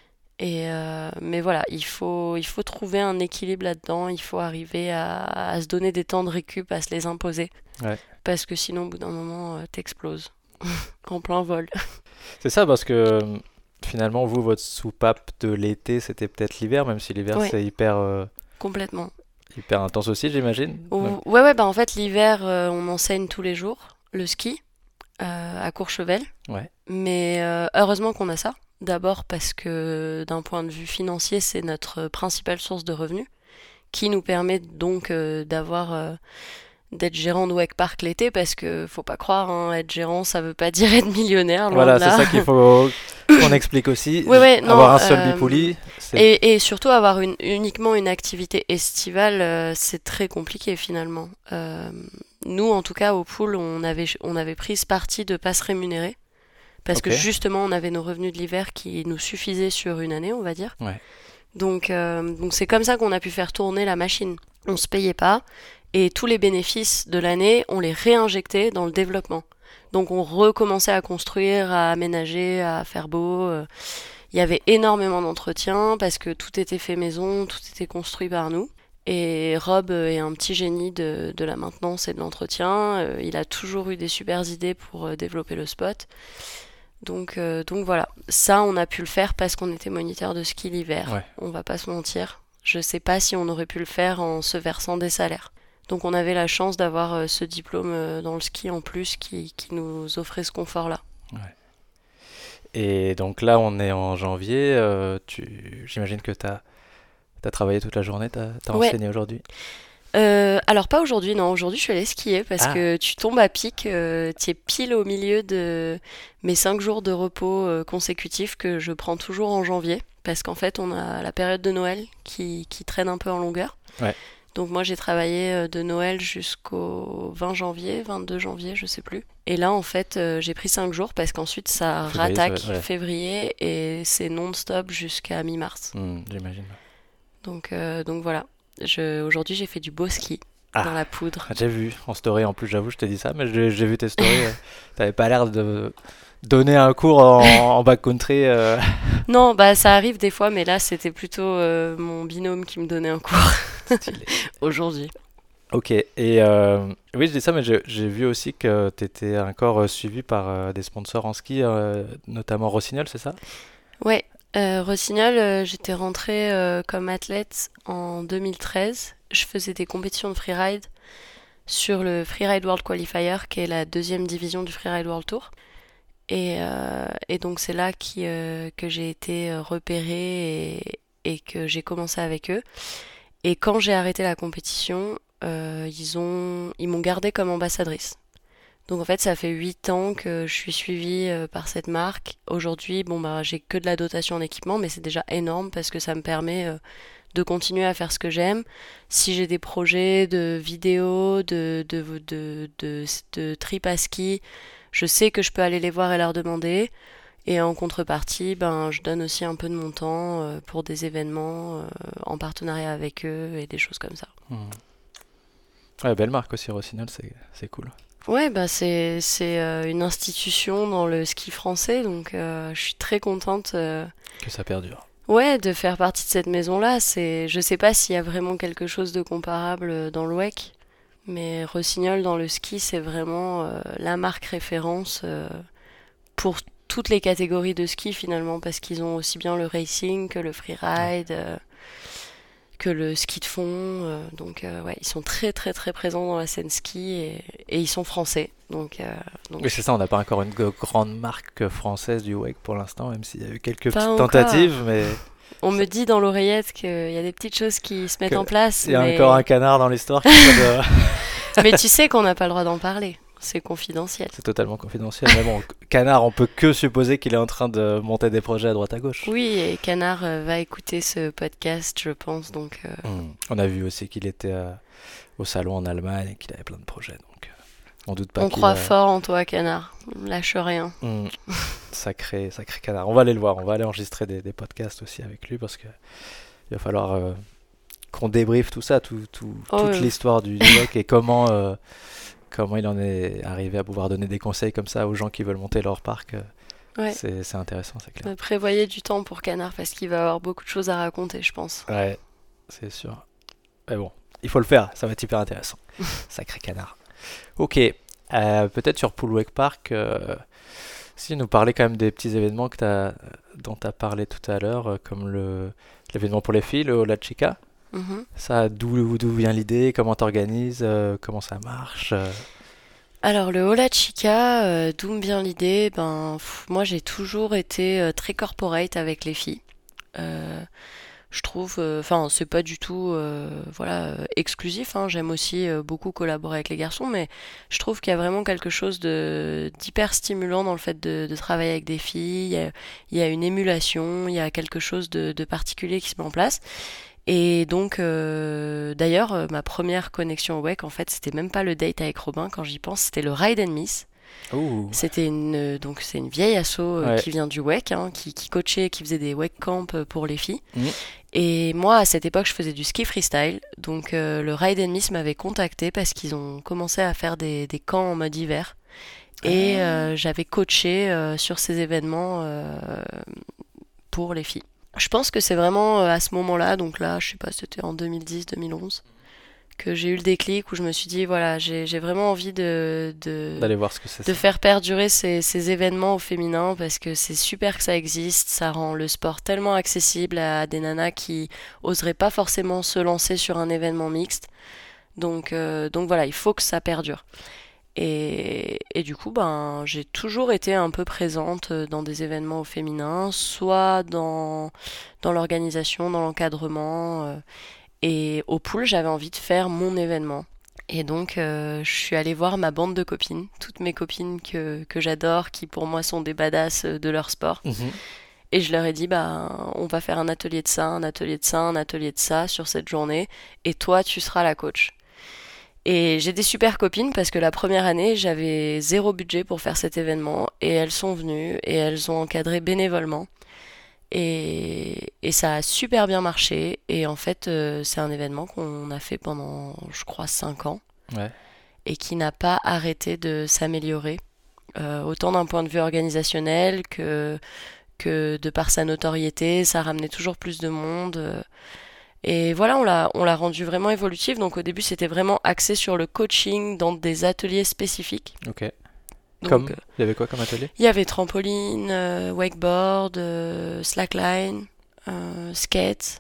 Et euh, mais voilà, il faut, il faut trouver un équilibre là-dedans. Il faut arriver à, à se donner des temps de récup, à se les imposer. Ouais. Parce que sinon, au bout d'un moment, euh, t'exploses. En plein vol. C'est ça, parce que euh, finalement, vous, votre soupape de l'été, c'était peut-être l'hiver, même si l'hiver, Ouais. c'est hyper, euh, Complètement. hyper intense aussi, j'imagine. Ou- Donc, Ouais, ouais, bah en fait, l'hiver, euh, on enseigne tous les jours le ski euh, à Courchevel. ouais. Mais euh, heureusement qu'on a ça. D'abord parce que d'un point de vue financier, c'est notre principale source de revenus, qui nous permet donc euh, d'avoir euh, d'être gérant de Wake Park l'été, parce que faut pas croire, hein, être gérant, ça veut pas dire être millionnaire, loin Voilà, de c'est là. ça qu'il faut qu'on explique aussi. Ouais, ouais, non, Avoir un seul euh, bipouli, c'est... Et, et surtout avoir une, uniquement une activité estivale, euh, c'est très compliqué finalement. Euh, nous, en tout cas, au pool, on avait, on avait pris ce parti de pas se rémunérer. Parce Ok. que justement, on avait nos revenus de l'hiver qui nous suffisaient sur une année, on va dire. Ouais. Donc, euh, donc c'est comme ça qu'on a pu faire tourner la machine. On se payait pas et tous les bénéfices de l'année, on les réinjectait dans le développement. Donc on recommençait à construire, à aménager, à faire beau. euh. Il y avait énormément d'entretien parce que tout était fait maison, tout était construit par nous. Et Rob est un petit génie de, de la maintenance et de l'entretien. Euh, il a toujours eu des super idées pour euh, développer le spot. Donc, euh, donc voilà, ça on a pu le faire parce qu'on était moniteur de ski l'hiver. Ouais. On va pas se mentir. Je sais pas si on aurait pu le faire en se versant des salaires. Donc on avait la chance d'avoir euh, ce diplôme euh, dans le ski en plus qui, qui nous offrait ce confort-là. Ouais. Et donc là, on est en janvier. euh, tu... J'imagine que tu as travaillé toute la journée, tu as Ouais. enseigné aujourd'hui. Euh, alors pas aujourd'hui, non. Aujourd'hui je suis allée skier parce Ah. que tu tombes à pic. Euh, tu es pile au milieu de mes cinq jours de repos euh, consécutifs que je prends toujours en janvier. Parce qu'en fait on a la période de Noël qui, qui traîne un peu en longueur. Ouais. Donc moi j'ai travaillé euh, de Noël jusqu'au vingt janvier, vingt-deux janvier, je sais plus. Et là en fait euh, j'ai pris cinq jours parce qu'ensuite ça Février, rattaque ça va- ouais. février et c'est non-stop jusqu'à mi-mars. Hmm, j'imagine. Donc, euh, donc voilà. Je, aujourd'hui j'ai fait du beau ski Ah. dans la poudre. J'ai vu en story, en plus, j'avoue, je t'ai dit ça, mais j'ai j'ai vu tes stories. euh, T'avais pas l'air de donner un cours en, en backcountry. euh. Non, bah ça arrive des fois, mais là c'était plutôt euh, mon binôme qui me donnait un cours Stylé. aujourd'hui. Ok, et euh, oui, je dis ça, mais j'ai j'ai vu aussi que tu étais encore euh, suivi par euh, des sponsors en ski, euh, notamment Rossignol, c'est ça? Ouais, euh, Rossignol, euh, j'étais rentrée euh, comme athlète en deux mille treize. Je faisais des compétitions de freeride sur le Freeride World Qualifier, qui est la deuxième division du Freeride World Tour. Et, euh, et donc c'est là qui, euh, que j'ai été euh, repérée et, et que j'ai commencé avec eux. Et quand j'ai arrêté la compétition, euh, ils ont, ils m'ont gardée comme ambassadrice. Donc en fait, ça fait huit ans que je suis suivie euh, par cette marque. Aujourd'hui, bon bah j'ai que de la dotation en équipement, mais c'est déjà énorme parce que ça me permet euh, de continuer à faire ce que j'aime. Si j'ai des projets de vidéos, de de de de, de trip à ski, je sais que je peux aller les voir et leur demander. Et en contrepartie, ben je donne aussi un peu de mon temps euh, pour des événements euh, en partenariat avec eux et des choses comme ça. Hmm. Ouais, belle marque aussi, Rossignol, c'est c'est cool. Ouais, bah c'est c'est euh, une institution dans le ski français, donc euh, je suis très contente euh, Que ça perdure. ouais, de faire partie de cette maison-là. C'est, je sais pas s'il y a vraiment quelque chose de comparable dans le W E C, mais Rossignol dans le ski, c'est vraiment euh, la marque référence euh, pour toutes les catégories de ski finalement, parce qu'ils ont aussi bien le racing que le freeride, euh, que le ski de fond. euh, donc euh, ouais, ils sont très très très présents dans la scène ski et, et ils sont français. Donc, euh, donc Oui, c'est ça, on n'a pas encore une g- grande marque française du W E C pour l'instant, même s'il y a eu quelques Pas petites encore. tentatives, mais on me dit dans l'oreillette qu'il y a des petites choses qui se mettent Que- en place. il y a mais... encore un canard dans l'histoire qui est pas de- mais tu sais qu'on n'a pas le droit d'en parler. C'est confidentiel. C'est totalement confidentiel, mais bon, canard, on peut que supposer qu'il est en train de monter des projets à droite à gauche. Oui, et Canard euh, va écouter ce podcast, je pense. Donc, euh, Hmm. On a vu aussi qu'il était euh, au salon en Allemagne et qu'il avait plein de projets, donc euh, on doute pas on qu'il croit va- fort en toi, Canard. Lâche rien. Hmm. Sacré, sacré canard. On va aller le voir, on va aller enregistrer des, des podcasts aussi avec lui parce que il va falloir euh, qu'on débriefe tout ça, tout, tout- Oh, toute ouais. l'histoire du W E C et comment, euh, comment il en est arrivé à pouvoir donner des conseils comme ça aux gens qui veulent monter leur parc. euh, Ouais. C'est c'est intéressant, c'est clair. Euh, Prévoyez du temps pour Canard parce qu'il va avoir beaucoup de choses à raconter, je pense. Ouais, c'est sûr. Mais bon, il faut le faire, ça va être hyper intéressant. Sacré canard. Ok, euh, peut-être sur Pool Wake Park, euh, si nous parler quand même des petits événements que t'as, dont tu as parlé tout à l'heure, euh, comme le, l'événement pour les filles, le Hola Chica. Mhm. Ça, d'où, d'où vient l'idée, comment t'organises, euh, comment ça marche euh, Alors le Hola Chica, euh, d'où me vient l'idée? Ben, pff, moi j'ai toujours été euh, très corporate avec les filles. Euh, je trouve, euh, enfin c'est pas du tout, euh, voilà, euh, exclusif, hein. J'aime aussi euh, beaucoup collaborer avec les garçons, mais je trouve qu'il y a vraiment quelque chose de d'hyper stimulant dans le fait de, de travailler avec des filles. Il y a, il y a une émulation, il y a quelque chose de, de particulier qui se met en place. Et donc, euh, d'ailleurs, euh, ma première connexion au W E C, en fait, c'était même pas le date avec Robin, quand j'y pense, c'était le Ride and Miss. Ouh. C'était une, euh, donc c'est une vieille asso euh, Ouais. qui vient du W E C, hein, qui, qui coachait, qui faisait des W E C camps euh, pour les filles. Mhm. Et moi, à cette époque, je faisais du ski freestyle. Donc, euh, le Ride and Miss m'avait contacté parce qu'ils ont commencé à faire des, des camps en mode hiver. Et Ah. euh, j'avais coaché euh, sur ces événements euh, pour les filles. Je pense que c'est vraiment euh, à ce moment-là, donc là, je sais pas, c'était en deux mille dix, deux mille onze, que j'ai eu le déclic où je me suis dit, voilà, j'ai j'ai vraiment envie de, de, D'aller voir ce que c'est de ça. faire perdurer ces, ces événements au féminin parce que c'est super que ça existe, ça rend le sport tellement accessible à des nanas qui oseraient pas forcément se lancer sur un événement mixte. Donc, euh, donc voilà, il faut que ça perdure. Et, et du coup, ben, j'ai toujours été un peu présente dans des événements au féminin, soit dans, dans l'organisation, dans l'encadrement. euh, et au pool, j'avais envie de faire mon événement. Et donc, euh, je suis allée voir ma bande de copines, toutes mes copines que, que j'adore, qui pour moi sont des badass de leur sport. Mhm. Et je leur ai dit, bah, on va faire un atelier de ça, un atelier de ça, un atelier de ça sur cette journée. Et toi, tu seras la coach. Et j'ai des super copines parce que la première année, j'avais zéro budget pour faire cet événement. Et elles sont venues et elles ont encadré bénévolement. Et, et ça a super bien marché. Et en fait, euh, c'est un événement qu'on a fait pendant, je crois, cinq ans Ouais. et qui n'a pas arrêté de s'améliorer, euh, autant d'un point de vue organisationnel que, que de par sa notoriété. Ça ramenait toujours plus de monde. euh, Et voilà, on l'a, on l'a rendu vraiment évolutif. Donc au début, c'était vraiment axé sur le coaching dans des ateliers spécifiques. Ok. Donc Comme euh, il y avait quoi comme atelier? il y avait trampoline, euh, wakeboard, euh, slackline, euh, skate.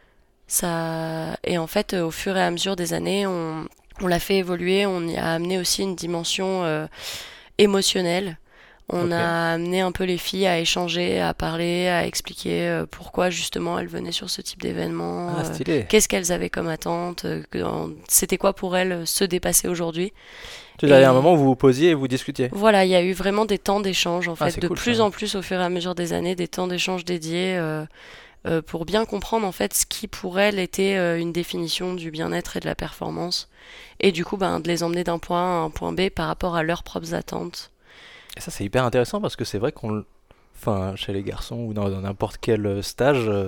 Ça... Et en fait, euh, au fur et à mesure des années, on, on l'a fait évoluer. On y a amené aussi une dimension euh, émotionnelle. On Ok. a amené un peu les filles à échanger, à parler, à expliquer euh, pourquoi justement elles venaient sur ce type d'événement, Ah, euh, stylé. qu'est-ce qu'elles avaient comme attente, euh, que- en- c'était quoi pour elles euh, se dépasser aujourd'hui. Tu veux dire, il y a un Et moment où vous vous posiez et vous discutiez. voilà, il y a eu vraiment des temps d'échange en Ah, fait, c'est de cool plus ça. en plus au fur et à mesure des années, des temps d'échange dédiés euh, euh, pour bien comprendre en fait ce qui pour elles était euh, une définition du bien-être et de la performance. Et du coup, ben, de les emmener d'un point A à un point B par rapport à leurs propres attentes. Et ça, c'est hyper intéressant parce que c'est vrai qu'on, le- enfin, chez les garçons ou dans dans n'importe quel euh, stage, euh,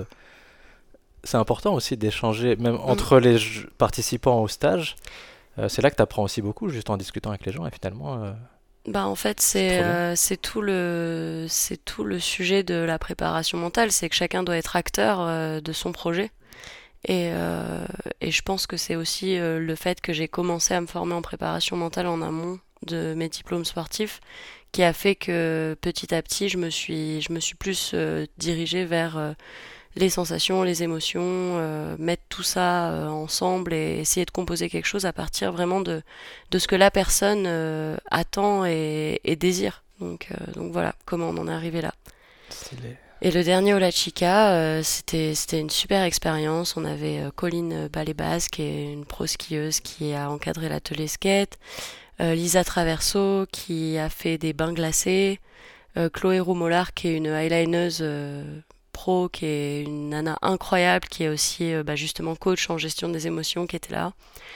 c'est important aussi d'échanger, même Mm. entre les j- participants au stage. Euh, c'est là que tu apprends aussi beaucoup, juste en discutant avec les gens. Et finalement, euh, Bah en fait c'est c'est trop bien. euh, c'est tout le c'est tout le sujet de la préparation mentale, c'est que chacun doit être acteur euh, de son projet et euh, et je pense que c'est aussi euh, le fait que j'ai commencé à me former en préparation mentale en amont de mes diplômes sportifs qui a fait que petit à petit je me suis je me suis plus euh, dirigée vers euh, les sensations, les émotions, euh, mettre tout ça euh, ensemble et essayer de composer quelque chose à partir vraiment de, de ce que la personne euh, attend et, et désire. Donc, euh, donc voilà comment on en est arrivé là. Stylé. Et le dernier Ola Chica, euh, c'était, c'était une super expérience. On avait euh, Colline Ballet-Basse, qui est une pro skieuse qui a encadré l'atelier skate, euh, Lisa Traverso, qui a fait des bains glacés, euh, Chloé Roumollard, qui est une eyelineuse euh, pro, qui est une nana incroyable, qui est aussi euh, bah, justement coach en gestion des émotions, qui était là.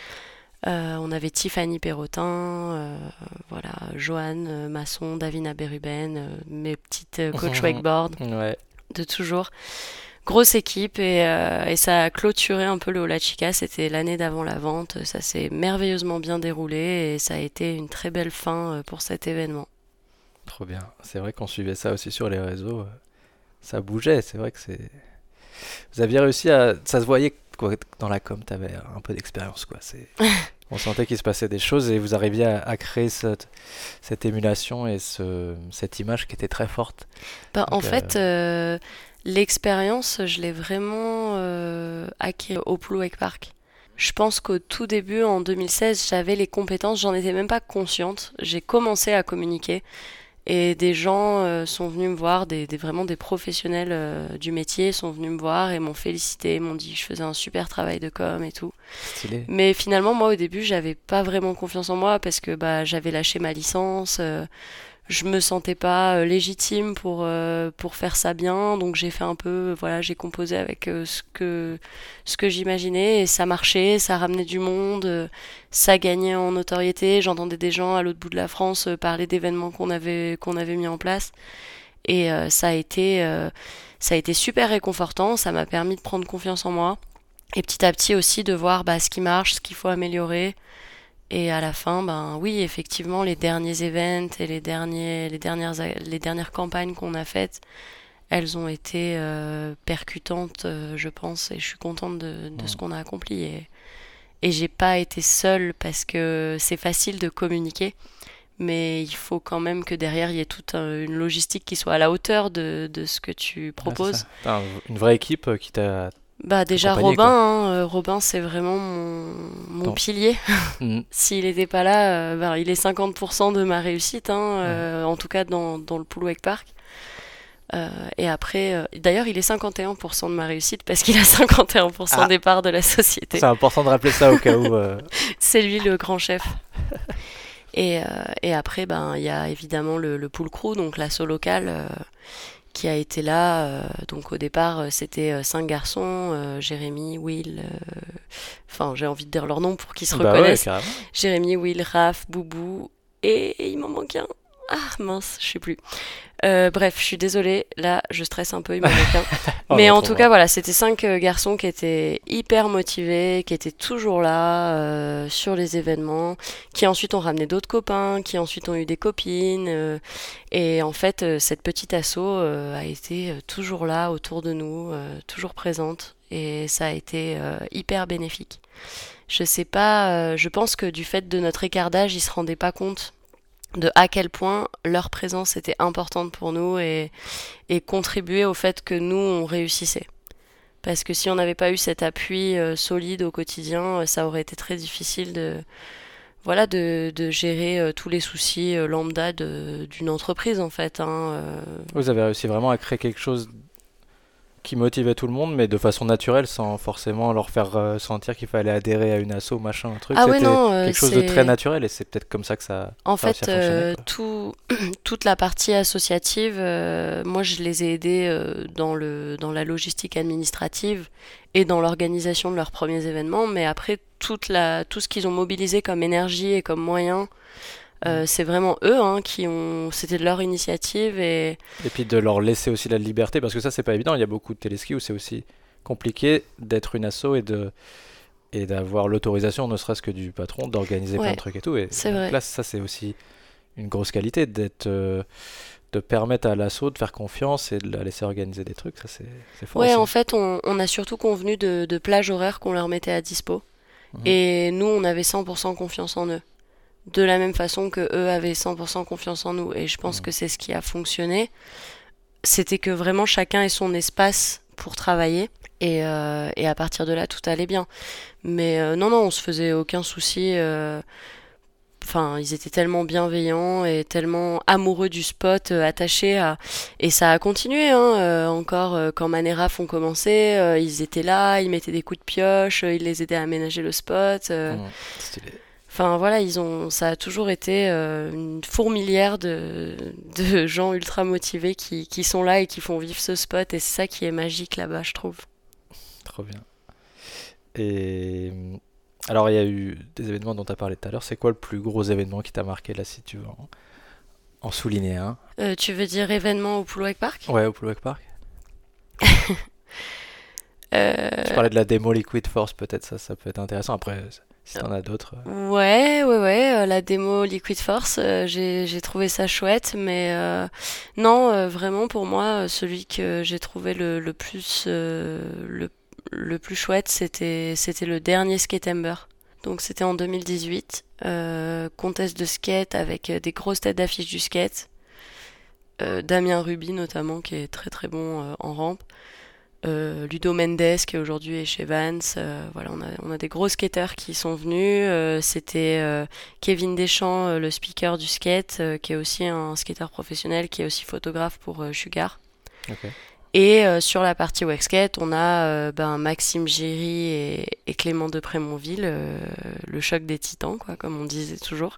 Euh, on avait Tiffany Perrotin, euh, voilà, Joanne euh, Masson, Davina Beruben, euh, mes petites euh, coach wakeboard Ouais. de toujours. Grosse équipe et, euh, et ça a clôturé un peu le Hola Chica, c'était l'année d'avant la vente, ça s'est merveilleusement bien déroulé et ça a été une très belle fin euh, pour cet événement. Trop bien. C'est vrai qu'on suivait ça aussi sur les réseaux. euh, Ça bougeait. C'est vrai que c'est. Vous aviez réussi à. Ça se voyait quoi, que dans la com, t'avais un peu d'expérience, quoi. C'est. On sentait qu'il se passait des choses et vous arriviez à, à créer cette, cette émulation et ce, cette image qui était très forte. Bah, en Donc, euh, fait, euh, l'expérience, je l'ai vraiment euh, acquis au Pool Wake Park. Je pense qu'au tout début, en deux mille seize, j'avais les compétences, j'en étais même pas consciente. J'ai commencé à communiquer et des gens euh, sont venus me voir, des, des- vraiment des professionnels euh, du métier sont venus me voir et m'ont félicité, m'ont dit que je faisais un super travail de com et tout. Stylé. Mais finalement, moi, au début, j'avais pas vraiment confiance en moi parce que bah, j'avais lâché ma licence. Euh, je me sentais pas euh, légitime pour euh, pour faire ça bien, donc j'ai fait un peu, voilà, j'ai composé avec euh, ce que ce que j'imaginais et ça marchait, ça ramenait du monde, euh, ça gagnait en notoriété. J'entendais des gens à l'autre bout de la France euh, parler d'événements qu'on avait qu'on avait mis en place et euh, ça a été euh, ça a été super réconfortant. Ça m'a permis de prendre confiance en moi et petit à petit aussi de voir bah, ce qui marche, ce qu'il faut améliorer. Et à la fin, ben oui, effectivement, les derniers events et les derniers, les dernières, les dernières campagnes qu'on a faites, elles ont été euh, percutantes, euh, je pense, et je suis contente de, de ce Mm. qu'on a accompli. Et, et j'ai pas été seule parce que c'est facile de communiquer, mais il faut quand même que derrière il y ait toute euh, une logistique qui soit à la hauteur de, de ce que tu Ouais, c'est proposes. ça. T'as un- une vraie équipe euh, qui t'a Bah déjà accompagné, Robin, quoi. hein, euh, Robin c'est vraiment mon, mon Ton- pilier. Mm. S'il n'était pas là, euh, ben, il est cinquante pour cent de ma réussite, hein, Ouais. euh, en tout cas dans, dans le Pool Wake Park. Euh, et après, euh, d'ailleurs, il est cinquante et un pour cent de ma réussite parce qu'il a cinquante et un pour cent Ah, des parts de la c'est société. important de rappeler ça au cas où. euh, C'est lui le grand chef. Et, euh, et après, ben, il y a évidemment le, le Pool Crew, donc l'asso local, euh, qui a été là. Euh, donc au départ, euh, c'était euh, cinq garçons, euh, Jérémy, Will, euh, enfin j'ai envie de dire leur nom pour qu'ils se Bah ouais, reconnaissent. carrément. Jérémy, Will, Raph, Boubou, et il m'en manque un. Ah mince, je sais plus. Euh, bref, je suis désolée, là je stresse un peu, il m'en manque un. On Mais le en tout retrouvera. cas, voilà, c'était cinq euh, garçons qui étaient hyper motivés, qui étaient toujours là euh, sur les événements, qui ensuite ont ramené d'autres copains, qui ensuite ont eu des copines. Euh, et en fait, euh, cette petite asso euh, a été euh, toujours là autour de nous, euh, toujours présente. Et ça a été euh, hyper bénéfique. Je sais pas, euh, je pense que du fait de notre écart d'âge, ils se rendaient pas compte de à quel point leur présence était importante pour nous et, et contribuait au fait que nous, on réussissait. Parce que si on n'avait pas eu cet appui euh, solide au quotidien, euh, ça aurait été très difficile de, voilà, de, de gérer euh, tous les soucis euh, lambda de- d'une entreprise, en fait, hein, euh. Vous avez réussi vraiment à créer quelque chose qui motivait tout le monde, mais de façon naturelle, sans forcément leur faire euh, sentir qu'il fallait adhérer à une asso, machin, un truc. Ah ouais, C'était non, euh, quelque chose de très c'est... naturel et c'est peut-être comme ça que ça, En ça a réussi à fait, fonctionner, euh, quoi. tout, toute la partie associative, euh, moi je les ai aidés euh, dans le, dans la logistique administrative et dans l'organisation de leurs premiers événements, mais après toute la, tout ce qu'ils ont mobilisé comme énergie et comme moyens, Mm. euh, c'est vraiment eux hein, qui ont, c'était de leur initiative et Et puis de leur laisser aussi la liberté, parce que ça, c'est pas évident. Il y a beaucoup de téléskis où c'est aussi compliqué d'être une asso et de et d'avoir l'autorisation, ne serait-ce que du patron, d'organiser plein ouais, de trucs et tout. Et c'est donc vrai. là, ça, c'est aussi une grosse qualité d'être, euh, de permettre à l'asso de faire confiance et de la laisser organiser des trucs. Ça, c'est c'est fort Ouais, aussi. en fait, on, on a surtout convenu de, de plages horaires qu'on leur mettait à dispo Mhm. et nous, on avait cent pour cent confiance en eux. De la même façon que eux avaient cent pour cent confiance en nous. Et je pense Mhm. que c'est ce qui a fonctionné. C'était que vraiment chacun ait son espace pour travailler. Et, euh, et à partir de là, tout allait bien. Mais euh, non, non, on se faisait aucun souci. euh, Enfin, ils étaient tellement bienveillants et tellement amoureux du spot, euh, attachés à... Et ça a continué, hein. euh, encore euh, quand Maneraf ont commencé, euh, ils étaient là, ils mettaient des coups de pioche, euh, ils les aidaient à aménager le spot. euh, Mhm. Stylé. Enfin voilà, ils ont, ça a toujours été euh, une fourmilière de, de gens ultra motivés qui, qui sont là et qui font vivre ce spot et c'est ça qui est magique là-bas, je trouve. Trop bien. Et euh, alors, il y a eu des événements dont tu as parlé tout à l'heure. C'est quoi le plus gros événement qui t'a marqué là, si tu veux en, en souligner un? Euh, tu veux dire événement au Pool Wake Park? Ouais, au Plouec Park. Euh, Tu parlais de la démo Liquid Force, peut-être ça, ça peut être intéressant. Après, si t'en as d'autres. euh, ouais, ouais, ouais, euh, la démo Liquid Force, euh, j'ai, j'ai trouvé ça chouette, mais euh, non, euh, vraiment pour moi, euh, celui que j'ai trouvé le, le plus, euh, le, le plus chouette, c'était, c'était le dernier Skatember. Donc c'était en deux mille dix-huit, euh, contest de skate avec euh, des grosses têtes d'affiche du skate, euh, Damien Ruby notamment qui est très très bon euh, en rampe. Euh, Ludo Mendes qui aujourd'hui est chez Vans, euh, voilà, on a, on a des gros skateurs qui sont venus. Euh, c'était euh, Kevin Deschamps, euh, le speaker du skate, euh, qui est aussi un skateur professionnel, qui est aussi photographe pour euh, Sugar. Ok. Et euh, sur la partie wax skate, on a euh, ben, Maxime Giry et, et Clément Deprémontville, euh, le choc des titans, quoi, comme on disait toujours.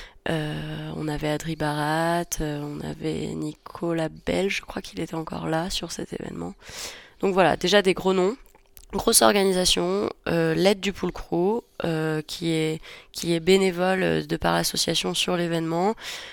Euh, on avait Adri Barat, euh, on avait Nicolas Bell, je crois qu'il était encore là sur cet événement. Donc voilà, déjà des gros noms, grosse organisation, euh, l'aide du Pool Crew, euh, qui est, qui est bénévole de par l'association sur l'événement.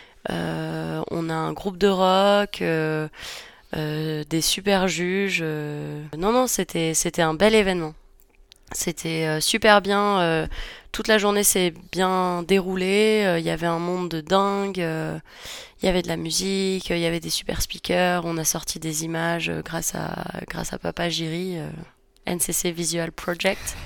Euh, on a un groupe de rock, euh, euh, des super juges. euh. Non, non, c'était, c'était un bel événement. C'était euh, super bien. euh, toute la journée s'est bien déroulée. euh, Il y avait un monde de dingue. euh, Il y avait de la musique. euh, Il y avait des super speakers. On a sorti des images euh, grâce à grâce à Papa Giry, euh, N C C Visual Project.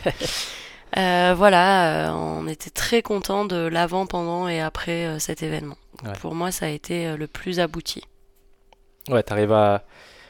Euh, voilà, euh, on était très contents de l'avant, pendant et après euh, cet événement. Ouais. Pour moi, ça a été euh, le plus abouti. Ouais, t'arrives à,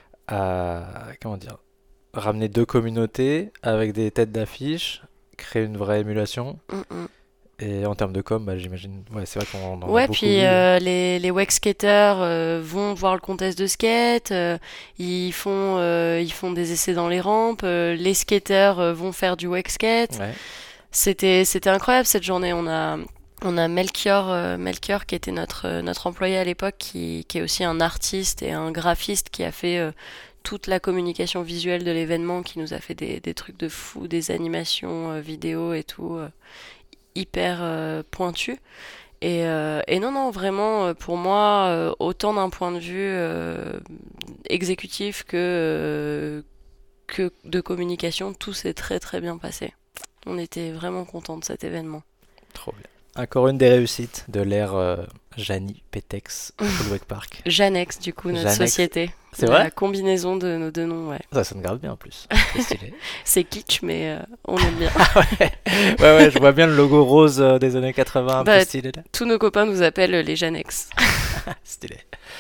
à comment dire, ramener deux communautés avec des têtes d'affiche, créer une vraie émulation. Mm, mm. Et en termes de com, bah, j'imagine, ouais, c'est vrai qu'on en a Ouais, beaucoup puis vu. euh, les, les wax skaters euh, vont voir le contest de skate, euh, ils font, euh, ils font des essais dans les rampes, euh, les skaters euh, vont faire du wax skate. Ouais. C'était, c'était incroyable cette journée. On a, on a Melchior, euh, Melchior qui était notre, euh, notre employé à l'époque, qui, qui est aussi un artiste et un graphiste qui a fait euh, toute la communication visuelle de l'événement, qui nous a fait des, des trucs de fou, des animations euh, vidéo et tout, euh, hyper euh, pointues. Et, euh, et non, non, vraiment, euh, pour moi, euh, autant d'un point de vue euh, exécutif que, euh, que de communication, tout s'est très très bien passé. On était vraiment contents de cet événement. Trop bien. Encore une des réussites de l'ère euh, Jani Petex au Wake Park. Janex, du coup, notre Janex. société. C'est La vrai? combinaison de nos deux noms, ouais. Ça sonne grave bien en plus. C'est stylé. C'est kitsch, mais euh, on aime bien. ouais. ouais, ouais, je vois bien le logo rose euh, des années quatre-vingts, un Bah, peu stylé là. Tous nos copains nous appellent les Janex. Stylé.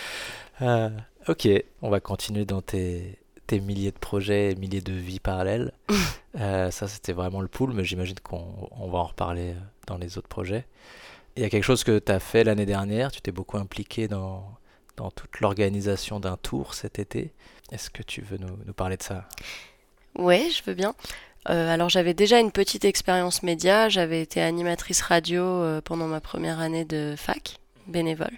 Euh, ok, on va continuer dans tes, tes milliers de projets et milliers de vies parallèles. euh, ça, c'était vraiment le pool, mais j'imagine qu'on on va en reparler dans les autres projets. Il y a quelque chose que tu as fait l'année dernière, tu t'es beaucoup impliqué dans, dans toute l'organisation d'un tour cet été. Est-ce que tu veux nous, nous parler de ça? Ouais, je veux bien. Euh, alors j'avais déjà une petite expérience média, j'avais été animatrice radio euh, pendant ma première année de fac, bénévole.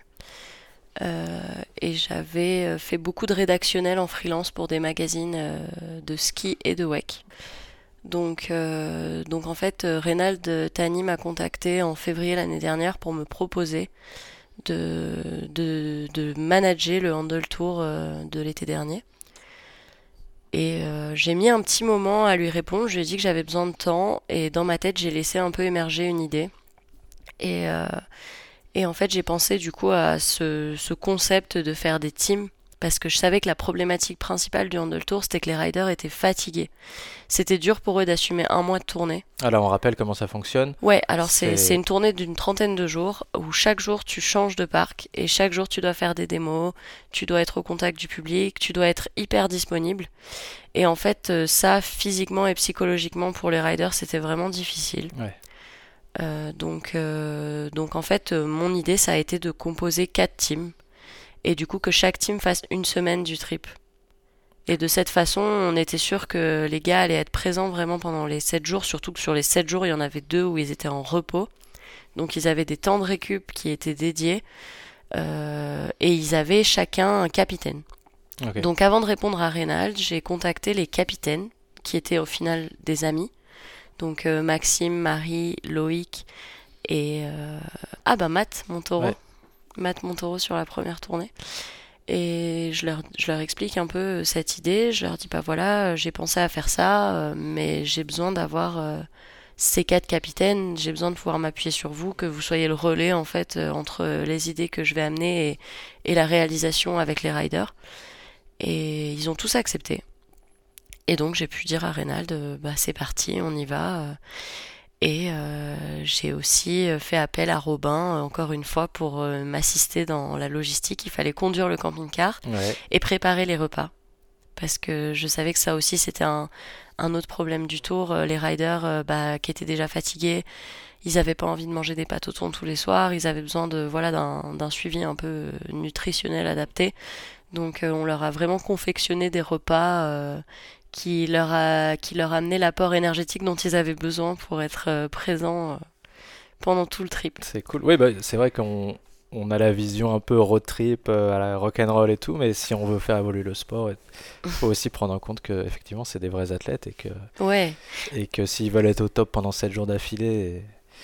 Euh, et j'avais euh, fait beaucoup de rédactionnel en freelance pour des magazines euh, de ski et de wake. Donc, euh, donc en fait, euh, Reynald Tani m'a contacté en février l'année dernière pour me proposer de, de, de manager le Handle Tour euh, de l'été dernier. Et euh, j'ai mis un petit moment à lui répondre, je lui ai dit que j'avais besoin de temps, et dans ma tête j'ai laissé un peu émerger une idée. Et, euh, et en fait j'ai pensé du coup à ce, ce concept de faire des teams, parce que je savais que la problématique principale du Handle Tour, c'était que les riders étaient fatigués. C'était dur pour eux d'assumer un mois de tournée. Alors on rappelle comment ça fonctionne. Ouais, alors c'est, C'est- c'est une tournée d'une trentaine de jours où chaque jour tu changes de parc et chaque jour tu dois faire des démos, tu dois être au contact du public, tu dois être hyper disponible. Et en fait, euh, ça, physiquement et psychologiquement pour les riders, c'était vraiment difficile. Ouais. Euh, donc, euh, donc en fait, euh, mon idée, ça a été de composer quatre teams. Et du coup, que chaque team fasse une semaine du trip. Et de cette façon, on était sûr que les gars allaient être présents vraiment pendant les sept jours, surtout que sur les sept jours, il y en avait deux où ils étaient en repos. Donc ils avaient des temps de récup qui étaient dédiés. Euh, et ils avaient chacun un capitaine. Ok. Donc avant de répondre à Reynald, j'ai contacté les capitaines, qui étaient au final des amis. Donc euh, Maxime, Marie, Loïc et... euh, Ah bah Matt Montoro. Ouais. Matt Montoro sur la première tournée. Et je leur, je leur explique un peu cette idée. Je leur dis, bah voilà, j'ai pensé à faire ça, euh, mais j'ai besoin d'avoir euh, ces quatre capitaines. J'ai besoin de pouvoir m'appuyer sur vous, que vous soyez le relais en fait euh, entre les idées que je vais amener et, et la réalisation avec les riders. Et ils ont tous accepté. Et donc j'ai pu dire à Reynald, euh, bah c'est parti, on y va. euh, Et euh, j'ai aussi fait appel à Robin, euh, encore une fois, pour euh, m'assister dans la logistique. Il fallait conduire le camping-car Ouais. et préparer les repas. parce que je savais que ça aussi c'était un, un autre problème du tour. Les riders euh, bah, qui étaient déjà fatigués, ils avaient pas envie de manger des pâtes au thon tous les soirs, ils avaient besoin de voilà d'un, d'un suivi un peu nutritionnel adapté. Donc euh, on leur a vraiment confectionné des repas euh, qui leur a qui leur amenaient l'apport énergétique dont ils avaient besoin pour être euh, présents euh, pendant tout le trip. C'est cool. Oui, bah, c'est vrai qu'on on a la vision un peu road trip, euh, à la rock'n'roll et tout, mais si on veut faire évoluer le sport, il faut aussi prendre en compte que effectivement c'est des vrais athlètes et que Ouais, et que s'ils veulent être au top pendant sept jours d'affilée,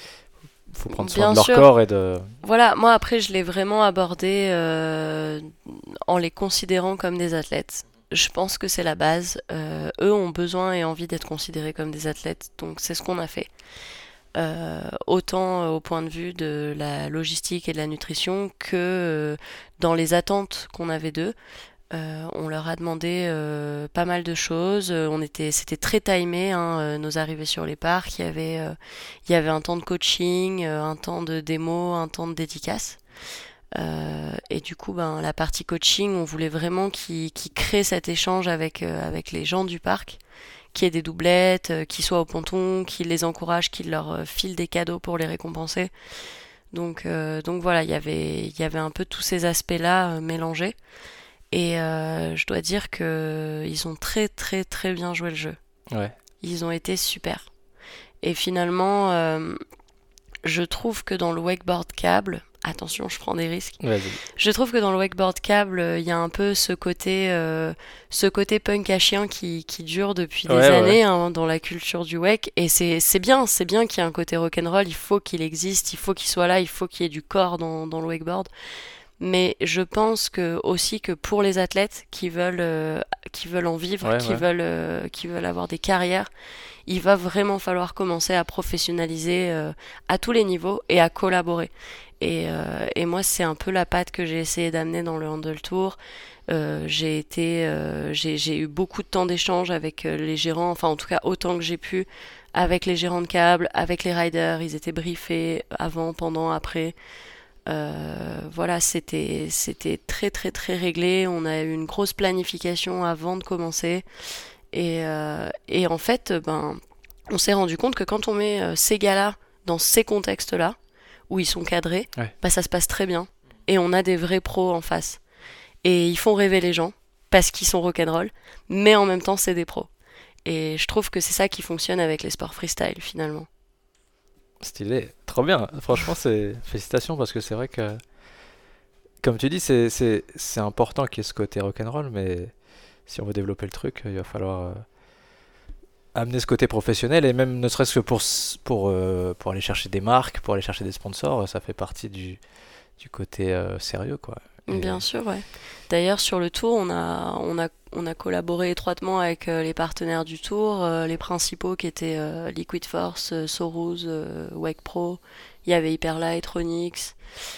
il faut prendre soin bien de leur sûr. corps et de. Voilà, moi après je l'ai vraiment abordé euh, en les considérant comme des athlètes. Je pense que c'est la base. Euh, eux ont besoin et envie d'être considérés comme des athlètes, donc c'est ce qu'on a fait. Euh, autant au point de vue de la logistique et de la nutrition que euh, dans les attentes qu'on avait d'eux. Euh, on leur a demandé euh, pas mal de choses. Euh, On était, c'était très timé, hein, euh, nos arrivées sur les parcs. Il y avait, euh, il y avait un temps de coaching, euh, un temps de démo, un temps de dédicace. Euh, et du coup, ben, la partie coaching, on voulait vraiment qu'ils qu'ils créent cet échange avec, euh, avec les gens du parc, qu'il y ait des doublettes, euh, qu'ils soient au ponton, qu'ils les encouragent, qu'ils leur euh, filent des cadeaux pour les récompenser. Donc, euh, donc voilà, il y avait, il y avait un peu tous ces aspects-là euh, mélangés. Et euh, je dois dire que ils ont très très très bien joué le jeu. Ouais. Ils ont été super. Et finalement, euh, je trouve que dans le wakeboard câble, attention, je prends des risques. Vas-y. Je trouve que dans le wakeboard câble, il y a un peu ce côté, euh, ce côté punk à chien qui, qui dure depuis des Ouais, ouais. années hein, dans la culture du wake. Et c'est, c'est bien, c'est bien qu'il y ait un côté rock'n'roll. Il faut qu'il existe, il faut qu'il soit là, il faut qu'il y ait du corps dans, dans le wakeboard. Mais je pense que aussi que pour les athlètes qui veulent euh, qui veulent en vivre, Ouais, qui ouais. veulent euh, qui veulent avoir des carrières, il va vraiment falloir commencer à professionnaliser euh, à tous les niveaux et à collaborer. Et, euh, et moi, c'est un peu la patte que j'ai essayé d'amener dans le Handle Tour. Euh, j'ai été, euh, j'ai, j'ai eu beaucoup de temps d'échange avec euh, les gérants, enfin en tout cas autant que j'ai pu, avec les gérants de câble, avec les riders. Ils étaient briefés avant, pendant, après. Euh, voilà, c'était c'était très très très réglé. On a eu une grosse planification avant de commencer. Et, euh, et en fait, ben, on s'est rendu compte que quand on met euh, ces gars-là dans ces contextes-là, où ils sont cadrés, Ouais. bah, ça se passe très bien. Et on a des vrais pros en face. Et ils font rêver les gens, parce qu'ils sont rock'n'roll, mais en même temps, c'est des pros. Et je trouve que c'est ça qui fonctionne avec les sports freestyle, finalement. Stylé. Trop bien. Franchement, c'est félicitations parce que c'est vrai que, comme tu dis, c'est c'est c'est important qu'il y ait ce côté rock'n'roll, mais si on veut développer le truc, il va falloir euh, amener ce côté professionnel et même ne serait-ce que pour s- pour euh, pour aller chercher des marques, pour aller chercher des sponsors, ça fait partie du du côté euh, sérieux, quoi. Et Bien sûr, ouais. D'ailleurs, sur le tour, on a, on a, on a collaboré étroitement avec euh, les partenaires du tour, euh, les principaux qui étaient euh, Liquid Force, euh, Soruz, euh, Wake Pro, il y avait Hyperlight, Ronix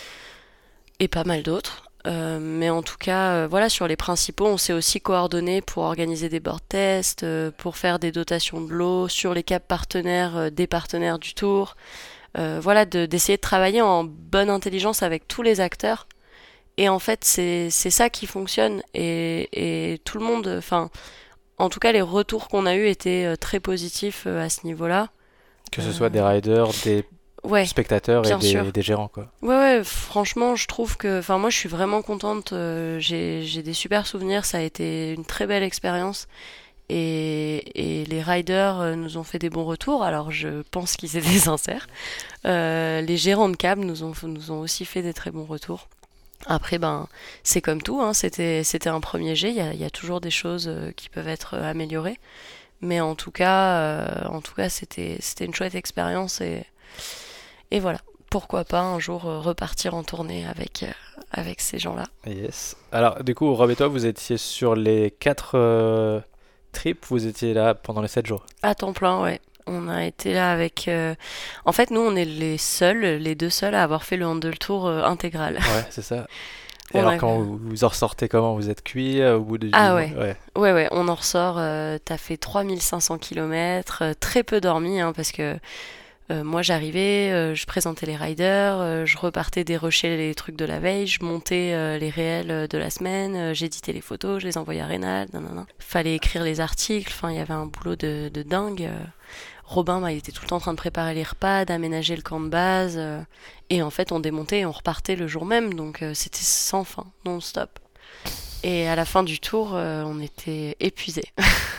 et pas mal d'autres. Euh, mais en tout cas, euh, voilà, sur les principaux, on s'est aussi coordonné pour organiser des board tests, euh, pour faire des dotations de l'eau sur les caps partenaires euh, des partenaires du tour. Euh, voilà, de- d'essayer de travailler en bonne intelligence avec tous les acteurs et en fait, c'est c'est ça qui fonctionne. Et, et tout le monde, enfin, en tout cas, les retours qu'on a eus étaient euh, très positifs euh, à ce niveau-là. que ce soit Euh, des riders, des ouais, spectateurs et bien des, sûr. des gérants, quoi. Ouais, ouais, franchement, je trouve que, enfin, moi, je suis vraiment contente. euh, j'ai j'ai des super souvenirs. Ça a été une très belle expérience. Et, et les riders euh, nous ont fait des bons retours. Alors, je pense qu'ils étaient sincères. Euh, les gérants de câble nous ont, nous ont aussi fait des très bons retours. Après, ben, c'est comme tout, hein, c'était, c'était un premier jet, il y a, il y a toujours des choses euh, qui peuvent être euh, améliorées. Mais en tout cas, euh, en tout cas c'était, c'était une chouette expérience et, et voilà. Pourquoi pas un jour euh, repartir en tournée avec, euh, avec ces gens-là. Yes. Alors, du coup, Rob et toi, vous étiez sur les quatre euh, trips, vous étiez là pendant les sept jours. À temps plein, ouais. On a été là avec... euh, En fait, nous, on est les seuls, les deux seuls à avoir fait le Handle Tour euh, intégral. Ouais, c'est ça. Et On alors, a- quand vous, vous en ressortez comment? Vous êtes cuit euh, au bout de Ah du- ouais. ouais. Ouais, ouais, on en ressort. Euh, t'as fait trois mille cinq cents kilomètres, euh, très peu dormi, hein, parce que Euh, moi, j'arrivais, euh, je présentais les riders, euh, je repartais dérocher les trucs de la veille, je montais euh, les réels euh, de la semaine, euh, j'éditais les photos, je les envoyais à Rénal, nanana. Fallait écrire les articles, enfin, il y avait un boulot de, de dingue. euh. Robin, bah, il était tout le temps en train de préparer les repas, d'aménager le camp de base, euh, et en fait, on démontait et on repartait le jour même, donc euh, c'était sans fin, non-stop. Et à la fin du tour, euh, on était épuisés.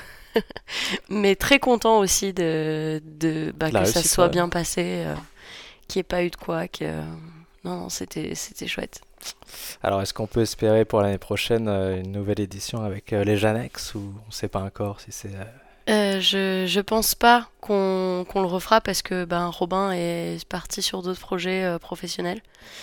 Mais très content aussi de, de bah, La que ça réussite, soit ouais. bien passé, euh, qu'il n'y ait pas eu de couac. euh. Non, non, c'était, c'était chouette. Alors, est-ce qu'on peut espérer pour l'année prochaine euh, une nouvelle édition avec euh, les Janex ou on ne sait pas encore si c'est... euh, Euh, je, je pense pas qu'on, qu'on le refera parce que ben, Robin est parti sur d'autres projets euh, professionnels.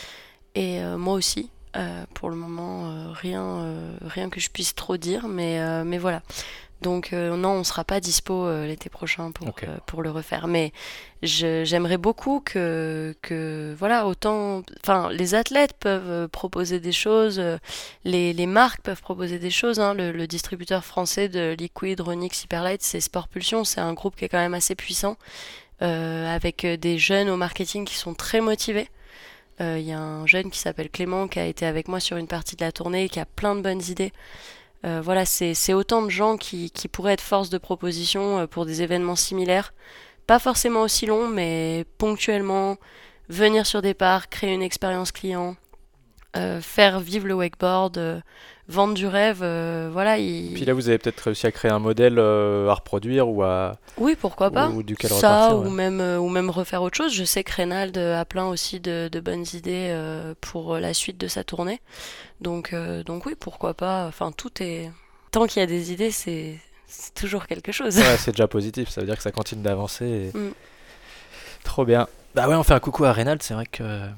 Et euh, moi aussi. Euh, pour le moment, euh, rien, euh, rien que je puisse trop dire, mais, euh, mais voilà. Donc euh, non, on sera pas dispo euh, l'été prochain pour, Ok. euh, pour le refaire. Mais je, j'aimerais beaucoup que, que voilà, autant, enfin, les athlètes peuvent euh, proposer des choses, euh, les, les marques peuvent proposer des choses. Hein. Le, le distributeur français de Liquid, Ronix, Hyperlight, c'est Sport Pulsion. C'est un groupe qui est quand même assez puissant, euh, avec euh, des jeunes au marketing qui sont très motivés. Il euh, y a un jeune qui s'appelle Clément qui a été avec moi sur une partie de la tournée et qui a plein de bonnes idées. Euh, voilà, c'est, c'est autant de gens qui, qui pourraient être force de proposition euh, pour des événements similaires. Pas forcément aussi longs, mais ponctuellement, venir sur des parcs, créer une expérience client, euh, faire vivre le wakeboard, euh, vendre du rêve, euh, voilà. Puis Il... là, vous avez peut-être réussi à créer un modèle euh, à reproduire ou, à, Oui, pourquoi pas. ou duquel Ça, repartir. ou Ouais. même, euh, ou même refaire autre chose. Je sais que Reynald a plein aussi de, de bonnes idées euh, pour la suite de sa tournée. Donc, euh, donc oui, pourquoi pas. Enfin, tout est... Tant qu'il y a des idées, c'est, c'est toujours quelque chose. Ouais, c'est déjà positif, ça veut dire que ça continue d'avancer. Et... Mm. Trop bien. Bah ouais, on fait un coucou à Reynald, c'est vrai que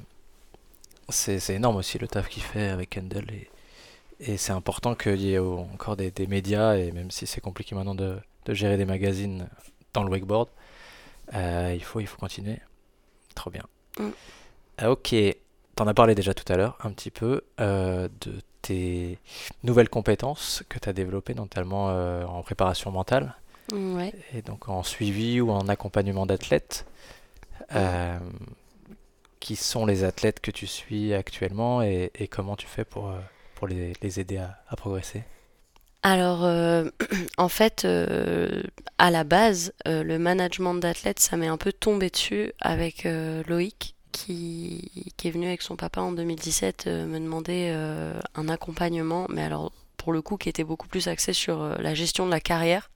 c'est, c'est énorme aussi le taf qu'il fait avec Kendall. Et, et c'est important qu'il y ait au- encore des, des médias, et même si c'est compliqué maintenant de, de gérer des magazines dans le wakeboard, euh, il, faut, il faut continuer. Trop bien. Mm. Ah, ok, t'en as parlé déjà tout à l'heure, un petit peu, euh, de tes nouvelles compétences que tu as développées, notamment euh, en préparation mentale, Ouais. et donc en suivi ou en accompagnement d'athlètes. Euh, qui sont les athlètes que tu suis actuellement et, et comment tu fais pour, euh, pour les, les aider à, à progresser? Alors, euh, en fait, euh, à la base, euh, le management d'athlètes, ça m'est un peu tombé dessus avec euh, Loïc, qui, qui est venu avec son papa en deux mille dix-sept euh, me demander euh, un accompagnement, mais alors, pour le coup, qui était beaucoup plus axé sur euh, la gestion de la carrière.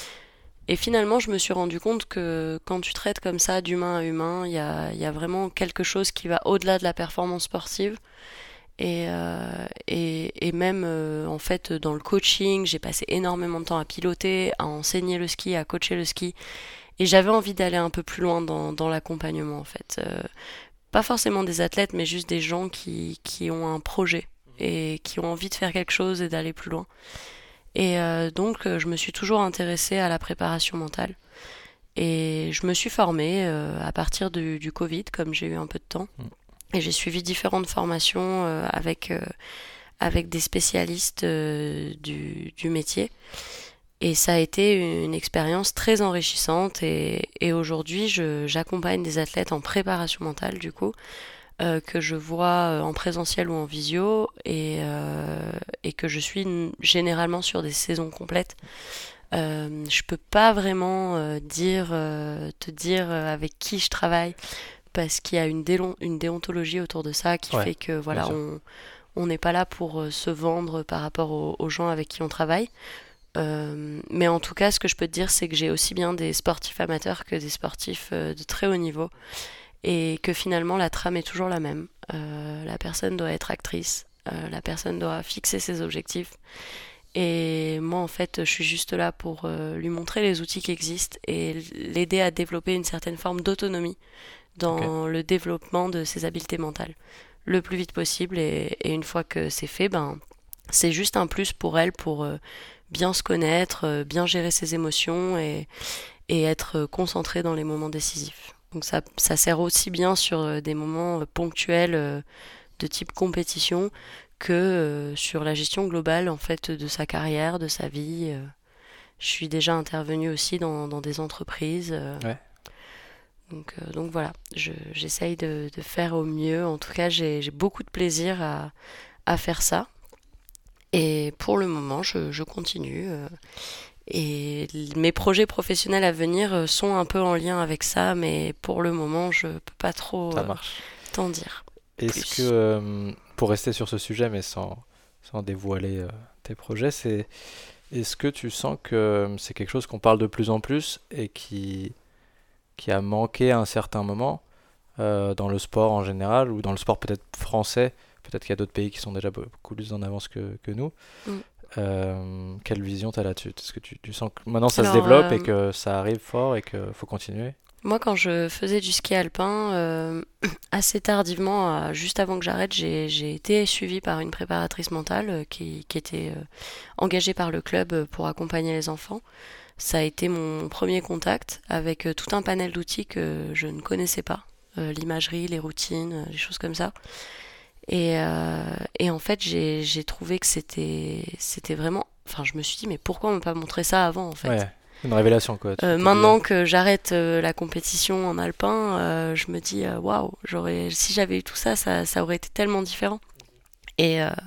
Et finalement, je me suis rendu compte que quand tu traites comme ça d'humain à humain, il y a, il y a vraiment quelque chose qui va au-delà de la performance sportive. Et, euh, et, et même euh, en fait dans le coaching, j'ai passé énormément de temps à piloter, à enseigner le ski, à coacher le ski. Et j'avais envie d'aller un peu plus loin dans, dans l'accompagnement en fait. Euh, pas forcément des athlètes, mais juste des gens qui, qui ont un projet et qui ont envie de faire quelque chose et d'aller plus loin. Et euh, donc euh, je me suis toujours intéressée à la préparation mentale. Et je me suis formée euh, à partir du, du Covid, comme j'ai eu un peu de temps. Mm. Et j'ai suivi différentes formations euh, avec, euh, avec des spécialistes euh, du, du métier. Et ça a été une expérience très enrichissante. Et, et aujourd'hui, je, j'accompagne des athlètes en préparation mentale, du coup, euh, que je vois en présentiel ou en visio, et, euh, et que je suis n- généralement sur des saisons complètes. Euh, je peux pas vraiment euh, dire, euh, te dire euh, avec qui je travaille parce qu'il y a une, délon- une déontologie autour de ça qui Ouais, fait que bien voilà, sûr. on on n'est pas là pour euh, se vendre par rapport aux, aux gens avec qui on travaille. Euh, mais en tout cas, ce que je peux te dire, c'est que j'ai aussi bien des sportifs amateurs que des sportifs euh, de très haut niveau et que finalement la trame est toujours la même. Euh, la personne doit être actrice, euh, la personne doit fixer ses objectifs. Et moi, en fait, je suis juste là pour euh, lui montrer les outils qui existent et l'aider à développer une certaine forme d'autonomie Ok. dans le développement de ses habiletés mentales le plus vite possible. Et, et une fois que c'est fait, ben, c'est juste un plus pour elle pour euh, bien se connaître, euh, bien gérer ses émotions et, et être concentrée dans les moments décisifs. Donc ça, ça sert aussi bien sur euh, des moments euh, ponctuels euh, de type compétition que euh, sur la gestion globale en fait de sa carrière, de sa vie. euh. Je suis déjà intervenue aussi dans, dans des entreprises. euh. Ouais. Donc, euh, donc voilà, je, j'essaye de, de faire au mieux. En tout cas, j'ai, j'ai beaucoup de plaisir à, à faire ça. Et pour le moment, je, je continue. euh, Et l- mes projets professionnels à venir euh, sont un peu en lien avec ça, mais pour le moment, je peux pas trop Ça euh, marche. t'en dire Est-ce que, plus. euh, pour rester sur ce sujet, mais sans, sans dévoiler euh, tes projets, c'est, est-ce que tu sens que euh, c'est quelque chose qu'on parle de plus en plus et qui, qui a manqué à un certain moment euh, dans le sport en général, ou dans le sport peut-être français, peut-être qu'il y a d'autres pays qui sont déjà beaucoup plus en avance que, que nous. Mm. Euh, quelle vision tu as là-dessus? Est-ce que tu, tu sens que maintenant ça se Alors, développe et euh, que ça arrive fort et qu'il faut continuer? moi, quand je faisais du ski alpin, euh, assez tardivement, euh, juste avant que j'arrête, j'ai, j'ai été suivie par une préparatrice mentale euh, qui, qui était euh, engagée par le club euh, pour accompagner les enfants. Ça a été mon premier contact avec euh, tout un panel d'outils que je ne connaissais pas. Euh, l'imagerie, les routines, euh, les choses comme ça. Et, euh, et en fait, j'ai, j'ai trouvé que c'était, c'était vraiment... Enfin, je me suis dit, mais pourquoi on m'a pas montré ça avant, en fait? Ouais, une révélation quoi, tu Euh, t'es dit. euh, maintenant que j'arrête euh, la compétition en alpin, euh, je me dis, euh, waouh, j'aurais, si j'avais eu tout ça, ça, ça aurait été tellement différent. Et, euh,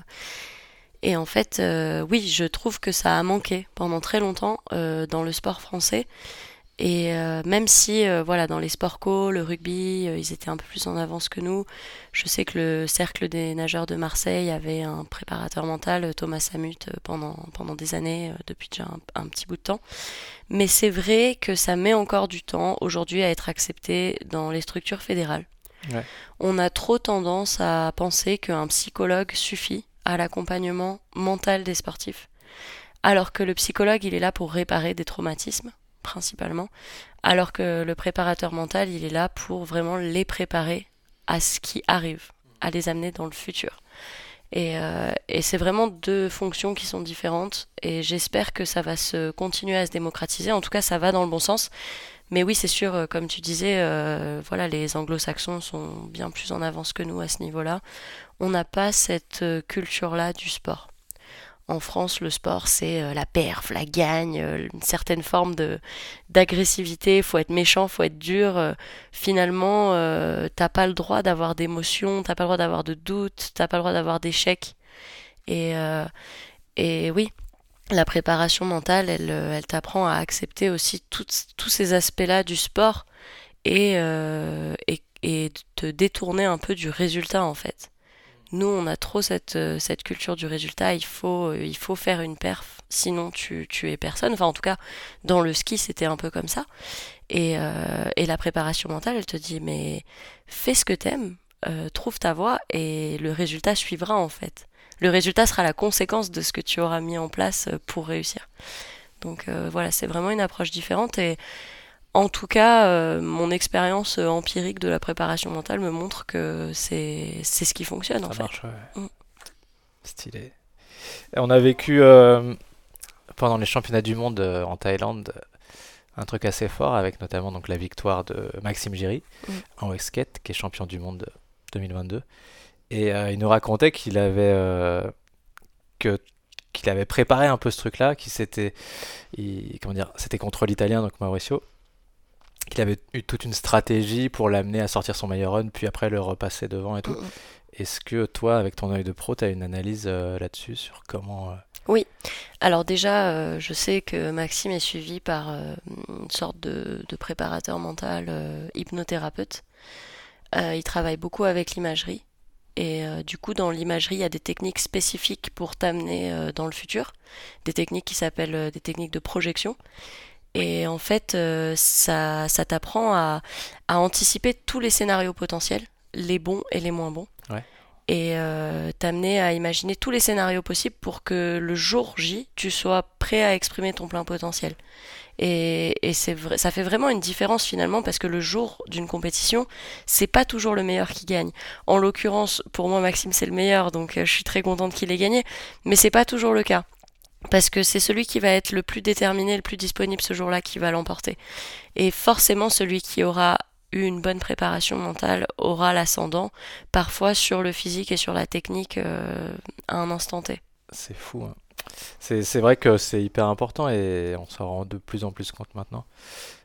et en fait, euh, oui, je trouve que ça a manqué pendant très longtemps euh, dans le sport français. Et euh, même si, euh, voilà, dans les sports co, le rugby, euh, ils étaient un peu plus en avance que nous. Je sais que le cercle des nageurs de Marseille avait un préparateur mental, euh, Thomas Samut, euh, pendant, pendant des années, euh, depuis déjà un, un petit bout de temps. Mais c'est vrai que ça met encore du temps aujourd'hui à être accepté dans les structures fédérales. Ouais, On a trop tendance à penser qu'un psychologue suffit à l'accompagnement mental des sportifs, alors que le psychologue, il est là pour réparer des traumatismes, principalement, alors que le préparateur mental, il est là pour vraiment les préparer à ce qui arrive, à les amener dans le futur. Et, euh, et c'est vraiment deux fonctions qui sont différentes, et j'espère que ça va se continuer à se démocratiser. En tout cas, ça va dans le bon sens. Mais oui, c'est sûr, euh, comme tu disais, euh, voilà, les anglo-saxons sont bien plus en avance que nous à ce niveau-là. On n'a pas cette euh, culture-là du sport. En France, le sport, c'est euh, la perf, la gagne, euh, une certaine forme de d'agressivité. Il faut être méchant, il faut être dur. Euh, finalement, euh, t'as pas le droit d'avoir d'émotions, t'as pas le droit d'avoir de doutes, t'as pas le droit d'avoir d'échecs. Et, euh, et oui, la préparation mentale, elle, euh, elle t'apprend à accepter aussi toutes- tous ces aspects-là du sport et, euh, et, et te détourner un peu du résultat en fait. Nous, on a trop cette, euh, cette culture du résultat. Il faut, euh, il faut faire une perf, sinon tu, tu es personne. Enfin, en tout cas, dans le ski, c'était un peu comme ça. Et, euh, et la préparation mentale, elle te dit, mais fais ce que t'aimes, euh, trouve ta voie, et le résultat suivra en fait. Le résultat sera la conséquence de ce que tu auras mis en place euh, pour réussir. Donc euh, voilà, c'est vraiment une approche différente. Et en tout cas, euh, mon expérience euh, empirique de la préparation mentale me montre que c'est c'est ce qui fonctionne en ça fait. marche, ouais. Mm. Stylé. Et on a vécu euh, pendant les championnats du monde euh, en Thaïlande un truc assez fort avec notamment donc la victoire de Maxime Giry Mm. en wake skate qui est champion du monde deux mille vingt-deux et euh, il nous racontait qu'il avait euh, que qu'il avait préparé un peu ce truc-là, qui s'était il- comment dire, c'était contre l'Italien donc Mauricio, qu'il avait eu toute une stratégie pour l'amener à sortir son meilleur run puis après le repasser devant et tout. Mm. Est-ce que toi avec ton œil de pro tu as une analyse euh, là-dessus sur comment euh, Oui, alors déjà, euh, je sais que Maxime est suivi par euh, une sorte de, de préparateur mental euh, hypnothérapeute. Euh, il travaille beaucoup avec l'imagerie. Et euh, du coup, dans l'imagerie, il y a des techniques spécifiques pour t'amener euh, dans le futur. Des techniques qui s'appellent euh, des techniques de projection. Et en fait, euh, ça, ça t'apprend à, à anticiper tous les scénarios potentiels, les bons et les moins bons. ouais, Et euh, t'amener à imaginer tous les scénarios possibles pour que le jour J, tu sois prêt à exprimer ton plein potentiel. Et, et c'est vrai, ça fait vraiment une différence finalement parce que le jour d'une compétition, c'est pas toujours le meilleur qui gagne. En l'occurrence, pour moi, Maxime, c'est le meilleur, donc euh, je suis très contente qu'il ait gagné, mais c'est pas toujours le cas. Parce que c'est celui qui va être le plus déterminé, le plus disponible ce jour-là qui va l'emporter. Et forcément, celui qui aura eu une bonne préparation mentale aura l'ascendant, parfois sur le physique et sur la technique euh, à un instant T. c'est fou, hein. C'est, c'est vrai que c'est hyper important et on s'en rend de plus en plus compte maintenant.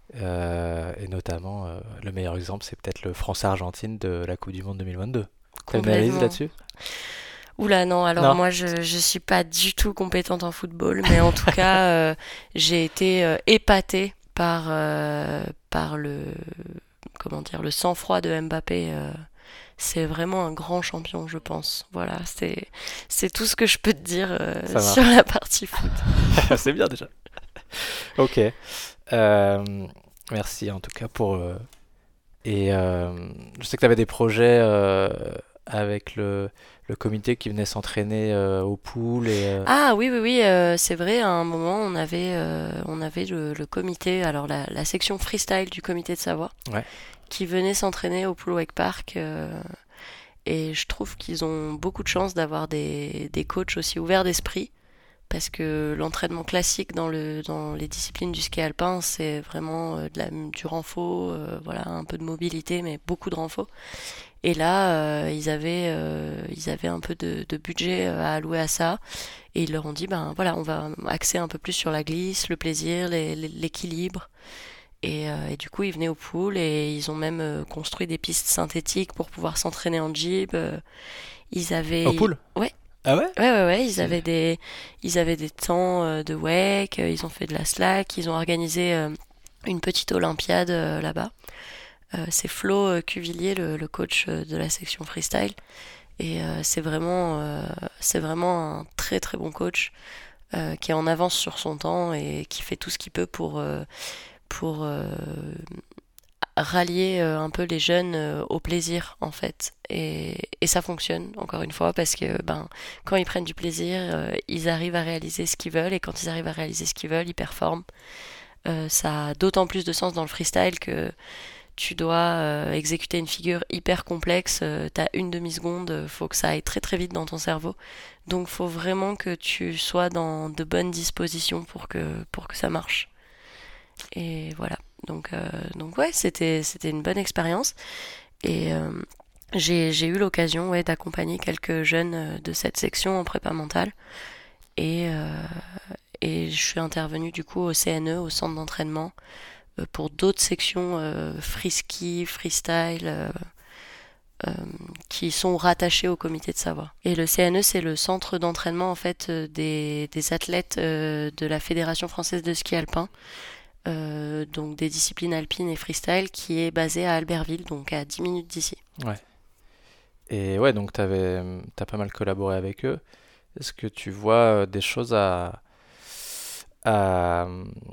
Euh, et notamment, euh, le meilleur exemple, c'est peut-être le France-Argentine de la Coupe du Monde deux mille vingt-deux. T'as une analyse Complètement. là-dessus? Oula, non, alors Non. moi je, je suis pas du tout compétente en football, mais en tout cas, euh, j'ai été euh, épatée par, euh, par le, comment dire, le sang-froid de Mbappé. euh, c'est vraiment un grand champion, je pense. Voilà, c'est, c'est tout ce que je peux te dire euh, Ça sur marche. la partie foot. C'est bien déjà. Ok. Euh, merci en tout cas pour. euh, Et euh, je sais que tu avais des projets euh, avec le, le comité qui venait s'entraîner euh, au pool et. euh, Ah oui, oui, oui, euh, c'est vrai, à un moment, on avait, euh, on avait le, le comité, alors la, la section freestyle du comité de Savoie, Ouais. qui venait s'entraîner au Pool Wake Park. euh, et je trouve qu'ils ont beaucoup de chance d'avoir des, des coachs aussi ouverts d'esprit, parce que l'entraînement classique dans, le, dans les disciplines du ski alpin, c'est vraiment euh, de la, du renfort, euh, voilà, un peu de mobilité, mais beaucoup de renfort. Et là, euh, ils, avaient, euh, ils avaient un peu de, de budget euh, à allouer à ça. Et ils leur ont dit, ben voilà, on va axer un peu plus sur la glisse, le plaisir, les- les- l'équilibre. Et, euh, et du coup, ils venaient au pool et ils ont même euh, construit des pistes synthétiques pour pouvoir s'entraîner en jeep. Euh, Ils Au avaient, pool? ouais, Ah ouais? ouais, ouais, ouais, ils Stylé. avaient des, ils avaient des temps euh, de wake. euh, Ils ont fait de la slack. Ils ont organisé euh, une petite olympiade euh, là-bas. Euh, c'est Flo euh, Cuvillier, le, le coach euh, de la section freestyle. Et euh, c'est vraiment, euh, c'est vraiment un très très bon coach euh, qui est en avance sur son temps et qui fait tout ce qu'il peut pour, euh, pour euh, rallier euh, un peu les jeunes euh, au plaisir en fait. Et, et ça fonctionne encore une fois parce que ben, quand ils prennent du plaisir, euh, ils arrivent à réaliser ce qu'ils veulent et quand ils arrivent à réaliser ce qu'ils veulent, ils performent. Euh, ça a d'autant plus de sens dans le freestyle que tu dois euh, exécuter une figure hyper complexe, euh, t'as une demi-seconde, euh, faut que ça aille très très vite dans ton cerveau. Donc faut vraiment que tu sois dans de bonnes dispositions pour que, pour que ça marche. Et voilà. Donc, euh, donc ouais, c'était, c'était une bonne expérience. Et euh, j'ai, j'ai eu l'occasion ouais, d'accompagner quelques jeunes euh, de cette section en prépa mentale. Et, euh, et je suis intervenue du coup au C N E, au centre d'entraînement, euh, pour d'autres sections euh, free ski, freestyle, euh, euh, qui sont rattachées au comité de Savoie. Et le C N E, c'est le centre d'entraînement en fait euh, des, des athlètes euh, de la Fédération française de ski alpin, euh, donc des disciplines alpines et freestyle, qui est basé à Albertville, donc à dix minutes d'ici. Ouais. Et ouais, donc t'avais, t'as pas mal collaboré avec eux. Est-ce que tu vois euh, des choses à, à,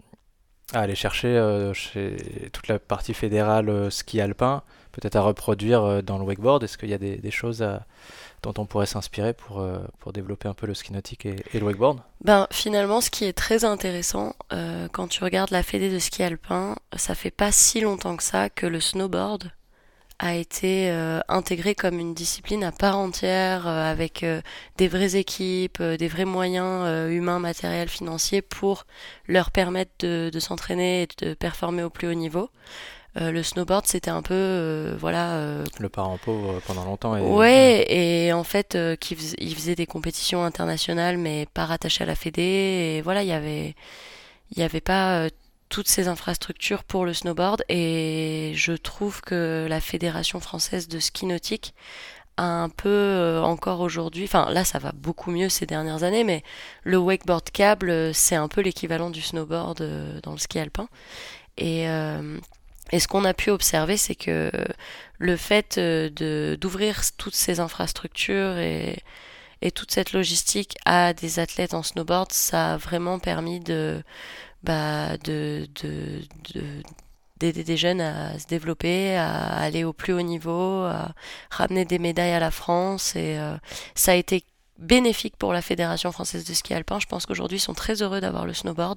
à aller chercher euh, chez toute la partie fédérale euh, ski alpin, peut-être à reproduire euh, dans le wakeboard? Est-ce qu'il y a des, des choses à- dont on pourrait s'inspirer pour, euh, pour développer un peu le ski nautique et, et le wakeboard? Ben, finalement, ce qui est très intéressant, euh, quand tu regardes la fédé de ski alpin, ça fait pas si longtemps que ça que le snowboard a été euh, intégré comme une discipline à part entière, euh, avec euh, des vraies équipes, euh, des vrais moyens euh, humains, matériels, financiers pour leur permettre de, de s'entraîner et de performer au plus haut niveau. Euh, le snowboard, c'était un peu, euh, voilà, euh, Le parent pauvre euh, pendant longtemps et ouais. ouais, et en fait, euh, qui fais- il faisait des compétitions internationales, mais pas rattachées à la fédé. Et voilà, il y avait, il y avait pas euh, toutes ces infrastructures pour le snowboard. Et je trouve que la Fédération française de ski nautique a un peu euh, encore aujourd'hui, enfin là, ça va beaucoup mieux ces dernières années, mais le wakeboard câble, euh, c'est un peu l'équivalent du snowboard euh, dans le ski alpin. Et euh, et ce qu'on a pu observer, c'est que le fait euh, de d'ouvrir toutes ces infrastructures et, et toute cette logistique à des athlètes en snowboard, ça a vraiment permis de, bah, de, de, de- d'aider des jeunes à se développer, à aller au plus haut niveau, à ramener des médailles à la France. Et euh, ça a été bénéfique pour la Fédération française de ski alpin. Je pense qu'aujourd'hui, ils sont très heureux d'avoir le snowboard.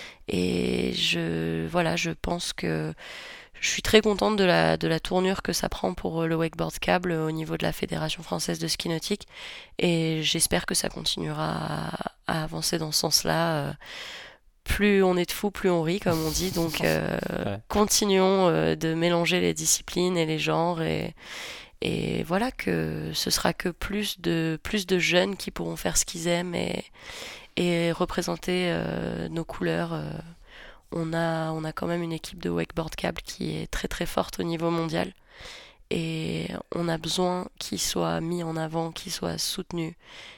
Et je, voilà, je pense que je suis très contente de la, de la tournure que ça prend pour euh, le wakeboard câble au niveau de la Fédération française de ski nautique. Et j'espère que ça continuera à, à avancer dans ce sens-là. Euh, Plus on est de fous, plus on rit, comme on dit. Donc euh, Ouais. continuons euh, de mélanger les disciplines et les genres. Et, et voilà que ce sera que plus de, plus de jeunes qui pourront faire ce qu'ils aiment et, et représenter euh, nos couleurs euh, on a, on a quand même une équipe de wakeboard câble qui est très très forte au niveau mondial. Et on a besoin qu'ils soient mis en avant, qu'ils soient soutenus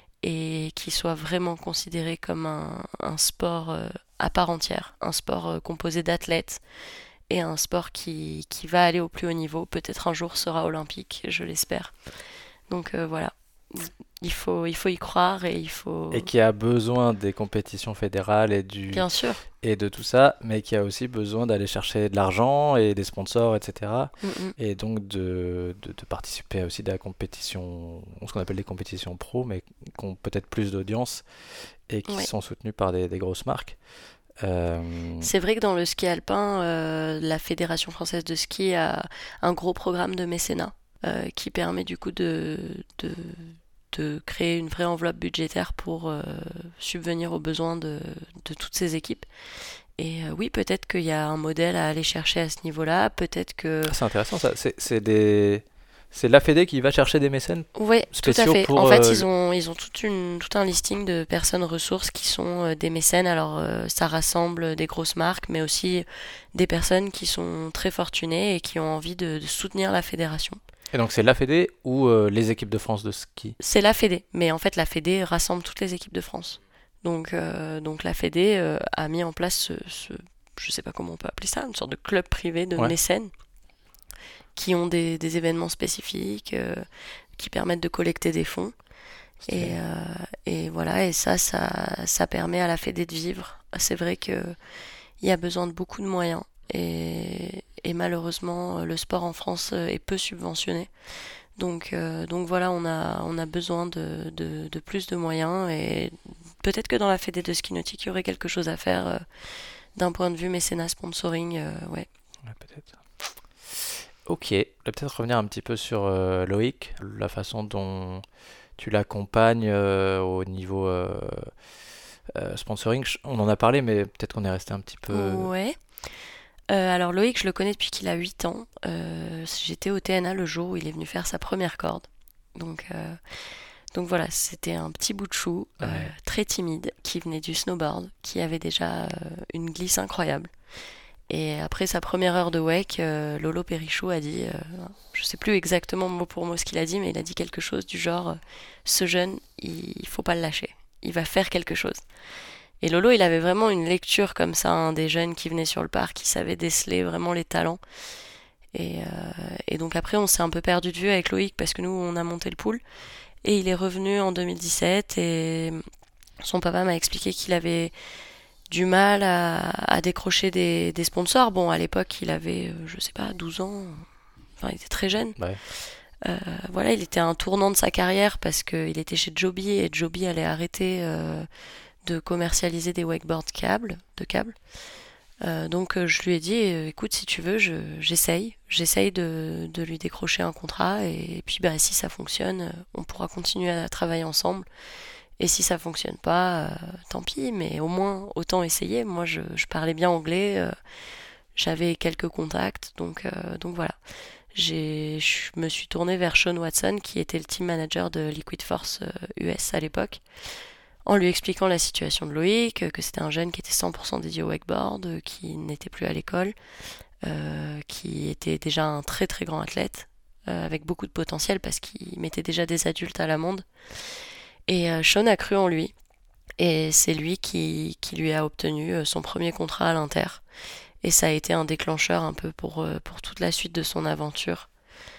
et qu'ils soient vraiment considérés comme un, un sport euh, à part entière, un sport euh, composé d'athlètes et un sport qui, qui va aller au plus haut niveau, peut-être un jour sera olympique, je l'espère. Donc euh, voilà, il faut, il faut y croire et il faut... Et qui a besoin des compétitions fédérales et, du, Bien sûr. et de tout ça, mais qui a aussi besoin d'aller chercher de l'argent et des sponsors, et cetera. Mm-mm. Et donc de, de, de participer aussi à la compétition, ce qu'on appelle des compétitions pro, mais qui ont peut-être plus d'audience et qui Ouais. sont soutenues par des, des grosses marques. Euh, C'est vrai que dans le ski alpin, euh, la Fédération française de ski a un gros programme de mécénat euh, qui permet du coup de, de, de créer une vraie enveloppe budgétaire pour euh, subvenir aux besoins de, de toutes ces équipes. Et euh, oui, peut-être qu'il y a un modèle à aller chercher à ce niveau-là, peut-être que... C'est intéressant ça. C'est, c'est des... C'est la Fédé qui va chercher des mécènes Oui, tout à spéciaux fait. pour, En fait, euh, ils ont, ils ont toute une, tout un listing de personnes ressources qui sont euh, des mécènes. Alors, euh, ça rassemble des grosses marques, mais aussi des personnes qui sont très fortunées et qui ont envie de, de soutenir la fédération. Et donc c'est la Fédé ou euh, les équipes de France de ski? C'est la Fédé, mais en fait, la Fédé rassemble toutes les équipes de France. Donc, euh, donc la Fédé euh, a mis en place ce, ce, je sais pas comment on peut appeler ça, une sorte de club privé de Ouais. mécènes qui ont des, des événements spécifiques, euh, qui permettent de collecter des fonds. Et, euh, et voilà, et ça, ça, ça permet à la Fédé de vivre. C'est vrai qu'il y a besoin de beaucoup de moyens. Et, et malheureusement, le sport en France est peu subventionné. Donc, euh, donc voilà, on a, on a besoin de, de, de plus de moyens. Et peut-être que dans la Fédé de ski nautique, il y aurait quelque chose à faire euh, d'un point de vue mécénat sponsoring. Euh, ouais. Ouais, peut-être. Ok, je vais peut-être revenir un petit peu sur euh, Loïc, la façon dont tu l'accompagnes euh, au niveau euh, euh, sponsoring. Je- On en a parlé, mais peut-être qu'on est resté un petit peu... Ouais. Euh, alors Loïc, je le connais depuis qu'il a huit ans. Euh, j'étais au T N A le jour où il est venu faire sa première corde. Donc, euh, donc voilà, c'était un petit bout de chou, euh, Ouais. très timide, qui venait du snowboard, qui avait déjà euh, une glisse incroyable. Et après sa première heure de wake, euh, Lolo Périchou a dit, euh, je sais plus exactement mot pour mot ce qu'il a dit, mais il a dit quelque chose du genre, euh, ce jeune, il, il faut pas le lâcher, il va faire quelque chose. Et Lolo, il avait vraiment une lecture comme ça, hein, des jeunes qui venaient sur le parc, qui savaient déceler vraiment les talents. Et, euh, et donc après, on s'est un peu perdu de vue avec Loïc parce que nous, on a monté le pool. Et il est revenu en deux mille dix-sept et son papa m'a expliqué qu'il avait du mal à, à décrocher des, des sponsors. Bon, à l'époque, il avait, euh, je sais pas, douze ans. Enfin, il était très jeune. Ouais. Euh, voilà, il était à un tournant de sa carrière parce qu'il était chez Joby et Joby allait arrêter euh, de commercialiser des wakeboards câbles, de câbles. Euh, donc euh, je lui ai dit, euh, écoute, si tu veux, je, j'essaye. J'essaye de, de lui décrocher un contrat et, et puis bah, si ça fonctionne, euh, on pourra continuer à travailler ensemble. Et si ça fonctionne pas, euh, tant pis, mais au moins autant essayer. Moi, je, je parlais bien anglais, euh, j'avais quelques contacts, donc, euh, donc voilà. J'ai, je me suis tournée vers Sean Watson, qui était le team manager de Liquid Force euh, U S à l'époque, en lui expliquant la situation de Loïc, euh, que c'était un jeune qui était cent pour cent dédié au wakeboard, euh, qui n'était plus à l'école, euh, qui était déjà un très très grand athlète, euh, avec beaucoup de potentiel parce qu'il mettait déjà des adultes à l'amende. Et euh, Sean a cru en lui. Et c'est lui qui, qui lui a obtenu euh, son premier contrat à l'Inter. Et ça a été un déclencheur un peu pour, euh, pour toute la suite de son aventure.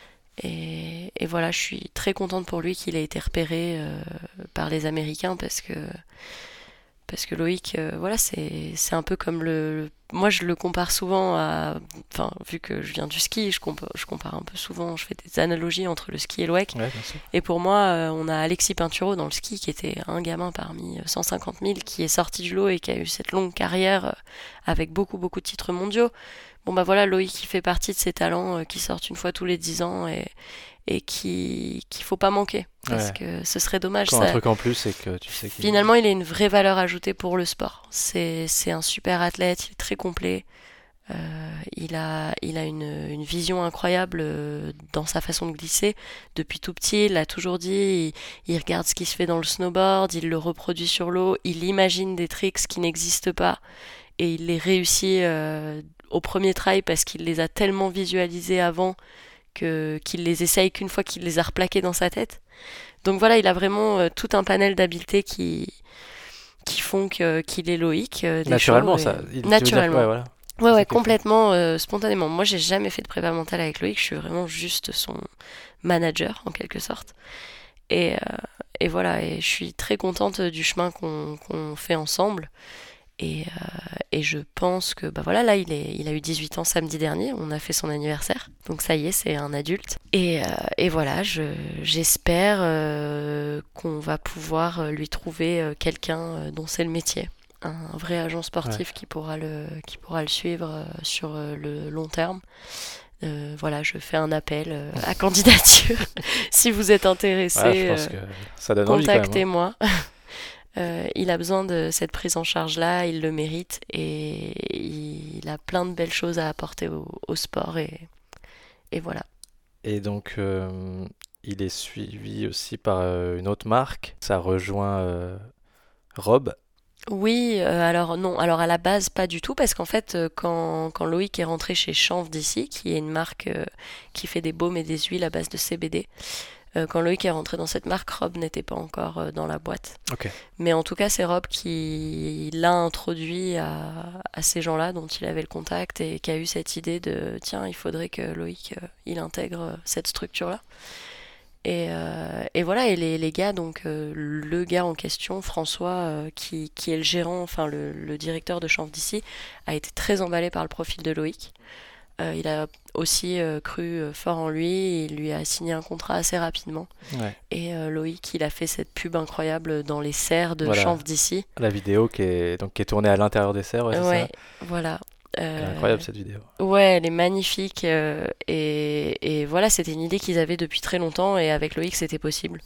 Et, et voilà, je suis très contente pour lui qu'il ait été repéré euh, par les Américains parce que, parce que Loïc, euh, voilà, c'est, c'est un peu comme le, le- Moi, je le compare souvent à... Enfin, vu que je viens du ski, je compare, je compare un peu souvent, je fais des analogies entre le ski et le wake. Ouais, bien sûr. Et pour moi, euh, on a Alexis Pinturo dans le ski qui était un gamin parmi cent cinquante mille qui est sorti du lot et qui a eu cette longue carrière euh, avec beaucoup beaucoup de titres mondiaux. Bon bah voilà, Loïc qui fait partie de ces talents euh, qui sortent une fois tous les dix ans et, et qui qu'il faut pas manquer parce Ouais. que ce serait dommage. Quand un Ça, truc en plus, c'est que tu sais qu'il... finalement, il a une vraie valeur ajoutée pour le sport. C'est c'est un super athlète, il est très complet. Euh, il a, il a une, une vision incroyable euh, dans sa façon de glisser. Depuis tout petit, il l'a toujours dit, il, il regarde ce qui se fait dans le snowboard, il le reproduit sur l'eau, il imagine des tricks qui n'existent pas et il les réussit euh, au premier try parce qu'il les a tellement visualisés avant que, qu'il les essaye qu'une fois qu'il les a replaqués dans sa tête. Donc voilà, il a vraiment euh, tout un panel d'habiletés qui, qui font que, qu'il est Loïc. euh, des Naturellement, choses, ça. et- Il- tu veux dire que- Naturellement. ouais, voilà. Ouais, C'est ouais, ça qui est fou. complètement, euh, spontanément. Moi, j'ai jamais fait de prépa mentale avec Loïc, je suis vraiment juste son manager, en quelque sorte. Et, euh, et voilà, et je suis très contente du chemin qu'on qu'on fait ensemble. Et, euh, et je pense que, bah voilà, là, il, est, il a eu dix-huit ans samedi dernier, on a fait son anniversaire. Donc ça y est, c'est un adulte. Et, euh, et voilà, je, j'espère euh, qu'on va pouvoir euh, lui trouver euh, quelqu'un euh, dont c'est le métier. Un vrai agent sportif Ouais. qui pourra le, qui pourra le suivre euh, sur euh, le long terme. Euh, voilà, je fais un appel euh, à candidature. Si vous êtes intéressé, Ouais, je pense euh, que ça donne envie quand même. hein. contactez-moi. Euh, il a besoin de cette prise en charge-là, il le mérite et il a plein de belles choses à apporter au, au sport et, et voilà. Et donc, euh, il est suivi aussi par euh, une autre marque. Ça rejoint euh, Rob. Oui, euh, alors non, alors à la base pas du tout parce qu'en fait euh, quand, quand Loïc est rentré chez Chanvre d'ici, qui est une marque euh, qui fait des baumes et des huiles à base de C B D, euh, quand Loïc est rentré dans cette marque, Rob n'était pas encore euh, dans la boîte. Ok. Mais en tout cas, c'est Rob qui l'a introduit à, à ces gens-là dont il avait le contact et qui a eu cette idée de tiens, il faudrait que Loïc euh, il intègre euh, cette structure-là. Et, euh, et voilà, et les, les gars, donc euh, le gars en question, François, euh, qui, qui est le gérant, enfin le, le directeur de Chanvre d'ici, a été très emballé par le profil de Loïc. Euh, il a aussi euh, cru euh, fort en lui, il lui a signé un contrat assez rapidement. Ouais. Et euh, Loïc, il a fait cette pub incroyable dans les serres de Voilà. Chanvre d'ici. La vidéo qui est, donc, qui est tournée à l'intérieur des serres, ouais, c'est Ouais, ça. voilà. Elle est Euh, incroyable cette vidéo. Ouais, elle est magnifique. euh, et, et voilà, c'était une idée qu'ils avaient depuis très longtemps et avec Loïc, c'était possible.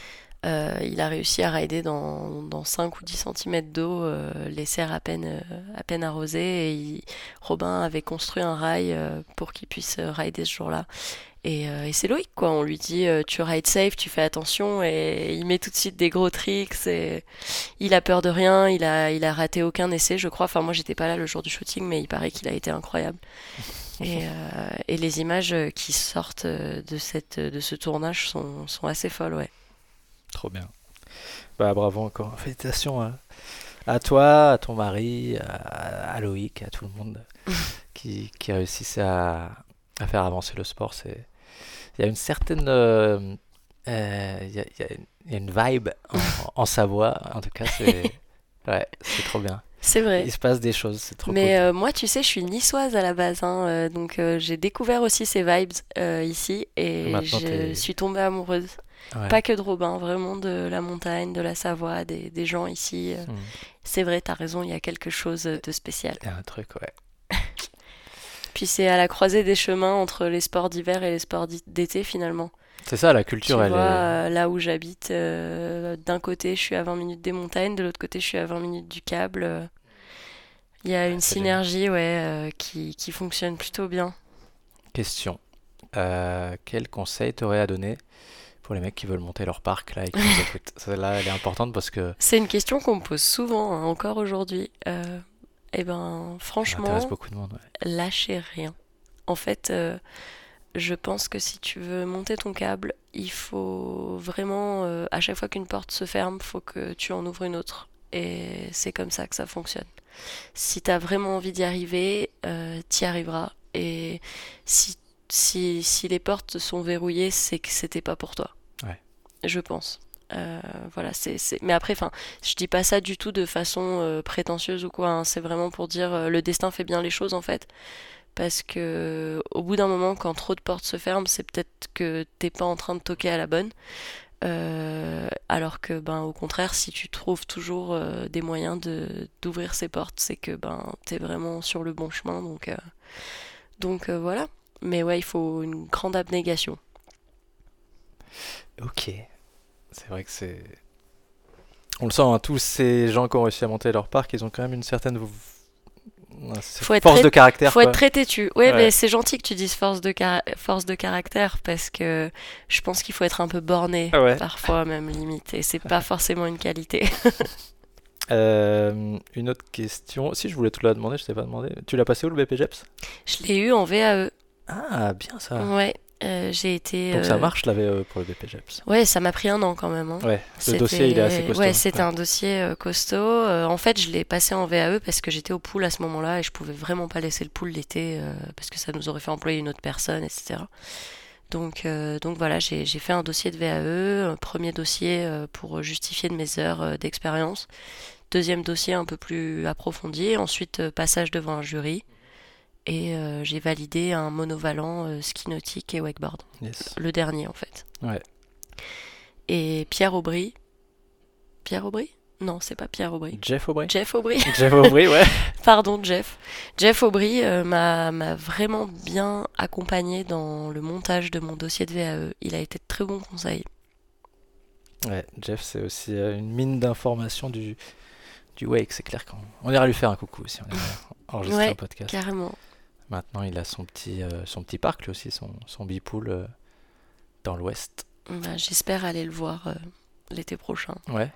Euh, il a réussi à rider dans, dans cinq ou dix centimètres d'eau, euh, les serres à peine, euh, à peine arrosées. Et il- Robin avait construit un rail euh, pour qu'il puisse euh, rider ce jour-là. Et, euh, et c'est Loïc, quoi. On lui dit euh, tu rides safe, tu fais attention. Et il met tout de suite des gros tricks. Et il a peur de rien. Il a, il a raté aucun essai, je crois. Enfin, moi, j'étais pas là le jour du shooting, mais il paraît qu'il a été incroyable. Et, euh, et les images qui sortent de, cette, de ce tournage sont, sont assez folles, ouais. Trop bien. Bah, bravo encore. Félicitations à, à toi, à ton mari, à, à Loïc, à tout le monde qui, qui réussissait à, à faire avancer le sport. C'est, il y a une certaine, euh, euh, il y a, il y a une- il y a une vibe en, en sa voix. En tout cas, c'est, ouais, c'est trop bien. C'est vrai. Il se passe des choses, c'est trop Mais cool. euh, moi, tu sais, je suis niçoise à la base, hein, euh, donc euh, j'ai découvert aussi ces vibes euh, ici et Maintenant, je t'es- suis tombée amoureuse. Ouais. Pas que de Robin, vraiment de la montagne, de la Savoie, des, des gens ici. euh. Hmm. C'est vrai, t'as raison, il y a quelque chose de spécial. Il y a un truc, ouais. Puis c'est à la croisée des chemins entre les sports d'hiver et les sports d'i- d'été finalement. C'est ça, la Tu culture, elle vois, est. euh, là où j'habite, euh, d'un côté je suis à vingt minutes des montagnes, de l'autre côté je suis à vingt minutes du câble. euh. Il y a une c'est synergie, ouais, euh, qui, qui fonctionne plutôt bien. Question. Euh, quel conseil t'aurais à donner pour les mecs qui veulent monter leur parc là et qui nous écoutent? Celle-là, elle est importante parce que C'est une question qu'on me pose souvent, hein, encore aujourd'hui. Euh, eh ben, ça franchement, intéresse beaucoup de monde. Ouais. lâchez rien. En fait, euh, je pense que si tu veux monter ton câble, il faut vraiment, euh, à chaque fois qu'une porte se ferme, faut que tu en ouvres une autre. Et c'est comme ça que ça fonctionne. Si t'as vraiment envie d'y arriver, euh, t'y arriveras. Et si, si, si les portes sont verrouillées, c'est que c'était pas pour toi. Ouais. Je pense. Euh, voilà, c'est, c'est... Mais après, enfin, je dis pas ça du tout de façon euh, prétentieuse ou quoi. hein. C'est vraiment pour dire euh, le destin fait bien les choses en fait. Parce que au bout d'un moment, quand trop de portes se ferment, c'est peut-être que t'es pas en train de toquer à la bonne. Euh, alors que, ben, au contraire, si tu trouves toujours euh, des moyens de, d'ouvrir ces portes, c'est que ben, t'es vraiment sur le bon chemin. Donc, euh, donc euh, voilà. Mais ouais, il faut une grande abnégation. Ok. C'est vrai que c'est. On le sent, hein, tous ces gens qui ont réussi à monter leur parc, ils ont quand même une certaine v- ouais, c'est Faut être force très- de caractère. Faut quoi. être très têtu. Ouais, Ouais. mais c'est gentil que tu dises force de, cara- force de caractère parce que je pense qu'il faut être un peu borné Ah ouais. parfois, même limite. Et c'est pas forcément une qualité. Euh, une autre question. Si je voulais te la demander, je t'ai pas demandé. Tu l'as passé où le B P J E P S? Je l'ai eu en V A E. Ah, bien ça. Ouais, euh, j'ai été. Donc ça euh, marche la V A E pour le B P J E P S. Ouais, ça m'a pris un an quand même, hein. Ouais, le C'était... dossier il est assez costaud. Ouais, c'était un dossier euh, costaud. Euh, en fait, je l'ai passé en V A E parce que j'étais au pool à ce moment-là et je pouvais vraiment pas laisser le pool l'été euh, parce que ça nous aurait fait employer une autre personne, et cetera. Donc, euh, donc voilà, j'ai, j'ai fait un dossier de V A E, un premier dossier euh, pour justifier de mes heures euh, d'expérience, deuxième dossier un peu plus approfondi, ensuite euh, passage devant un jury et euh, j'ai validé un monovalent euh, ski nautique et wakeboard, Yes. le dernier en fait. Ouais. Et Pierre Aubry, Pierre Aubry? Non, c'est pas Pierre Aubry. Jeff Aubry. Jeff Aubry. Jeff Aubry, ouais. Pardon, Jeff. Jeff Aubry euh, m'a, m'a vraiment bien accompagné dans le montage de mon dossier de V A E. Il a été de très bons conseils. Ouais, Jeff, c'est aussi euh, une mine d'informations du, du wake, c'est clair. Qu'on... On ira lui faire un coucou aussi. On ira enregistrer Ouais, un podcast. carrément. Maintenant, il a son petit, euh, son petit parc, lui aussi, son, son bipool euh, dans l'ouest. Bah, j'espère aller le voir euh, l'été prochain. Ouais.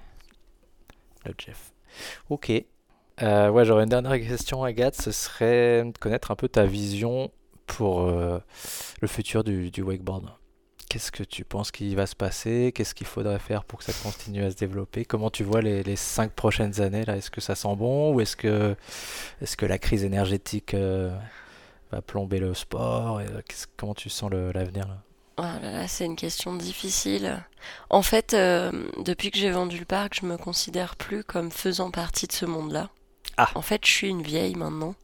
Le Jeff. Ok. Euh, ouais, j'aurais une dernière question, Agathe. Ce serait de connaître un peu ta vision pour euh, le futur du, du wakeboard. Qu'est-ce que tu penses qu'il va se passer? Qu'est-ce qu'il faudrait faire pour que ça continue à se développer? Comment tu vois les, les cinq prochaines années là? Est-ce que ça sent bon ou est-ce que, est-ce que la crise énergétique euh, va plomber le sport? Et, euh, qu'est-ce- comment tu sens le- l'avenir là? Oh là là, c'est une question difficile. En fait, euh, depuis que j'ai vendu le parc, je me considère plus comme faisant partie de ce monde-là. Ah. En fait, je suis une vieille maintenant.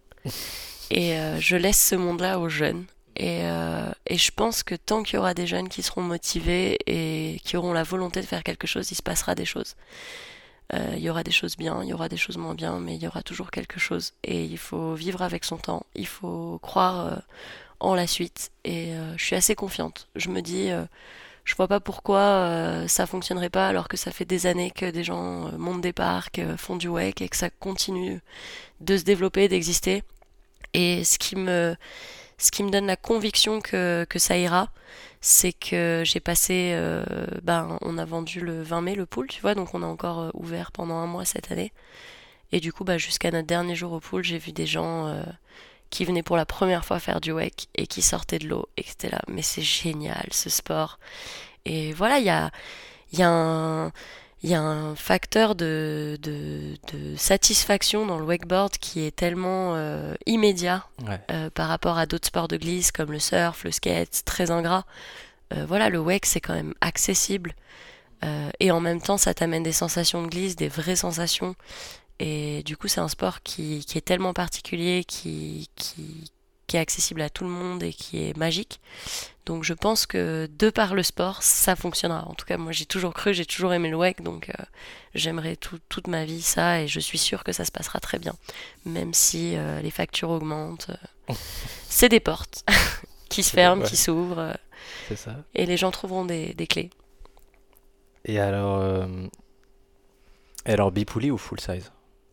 Et euh, je laisse ce monde-là aux jeunes. Et, euh, et je pense que tant qu'il y aura des jeunes qui seront motivés et qui auront la volonté de faire quelque chose, il se passera des choses. Euh, il y aura des choses bien, il y aura des choses moins bien, mais il y aura toujours quelque chose. Et il faut vivre avec son temps. Il faut croire euh, en la suite. Et euh, je suis assez confiante. Je me dis, euh, je vois pas pourquoi euh, ça fonctionnerait pas alors que ça fait des années que des gens euh, montent des parcs, euh, font du wake et que ça continue de se développer, d'exister. Et ce qui me, ce qui me donne la conviction que, que ça ira, c'est que j'ai passé, euh, ben, on a vendu le vingt mai le pool, tu vois, donc on a encore euh, ouvert pendant un mois cette année. Et du coup, bah, jusqu'à notre dernier jour au pool, j'ai vu des gens euh, qui venaient pour la première fois faire du wake et qui sortaient de l'eau et qui étaient là. Mais c'est génial ce sport. Et voilà, il y a, il y a un, il y a un facteur de, de, de satisfaction dans le wakeboard qui est tellement euh, immédiat Ouais. euh, par rapport à d'autres sports de glisse comme le surf, le skate, très ingrat. Euh, voilà, le wake c'est quand même accessible euh, et en même temps ça t'amène des sensations de glisse, des vraies sensations. Et du coup c'est un sport qui, qui est tellement particulier, qui, qui, qui est accessible à tout le monde et qui est magique. Donc je pense que de par le sport, ça fonctionnera. En tout cas, moi j'ai toujours cru, j'ai toujours aimé le wake, donc euh, j'aimerais tout- toute ma vie ça et je suis sûre que ça se passera très bien. Même si euh, les factures augmentent. euh, c'est des portes qui se C'est- ferment, ouais. qui s'ouvrent euh, C'est ça. et les gens trouveront des, des clés. Et alors, euh, et alors bipouli ou full size?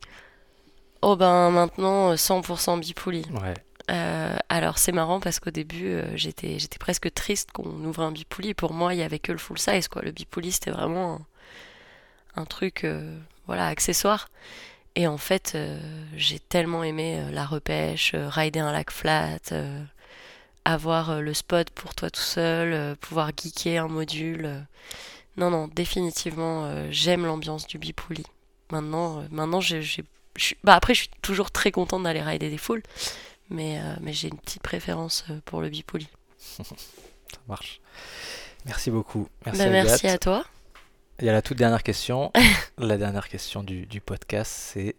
Oh ben maintenant euh, cent pour cent bipouli. Ouais. Euh, alors c'est marrant parce qu'au début euh, j'étais j'étais presque triste qu'on ouvre un bipouli. Pour moi il y avait que le full size quoi. Le bipouli c'était vraiment un, un truc euh, voilà accessoire. Et en fait euh, j'ai tellement aimé euh, la repêche, euh, rider un lac flat, euh, avoir euh, le spot pour toi tout seul, euh, pouvoir geeker un module. euh. Non non définitivement euh, j'aime l'ambiance du bipouli. Maintenant euh, maintenant j'ai, j'ai je suis- bah après je suis toujours très contente d'aller rider des foules. Mais, euh, mais j'ai une petite préférence euh, pour le bipouli. Ça marche. Merci beaucoup. Merci, Bah, merci Agathe. à toi. Il y a la toute dernière question. La dernière question du, du podcast, c'est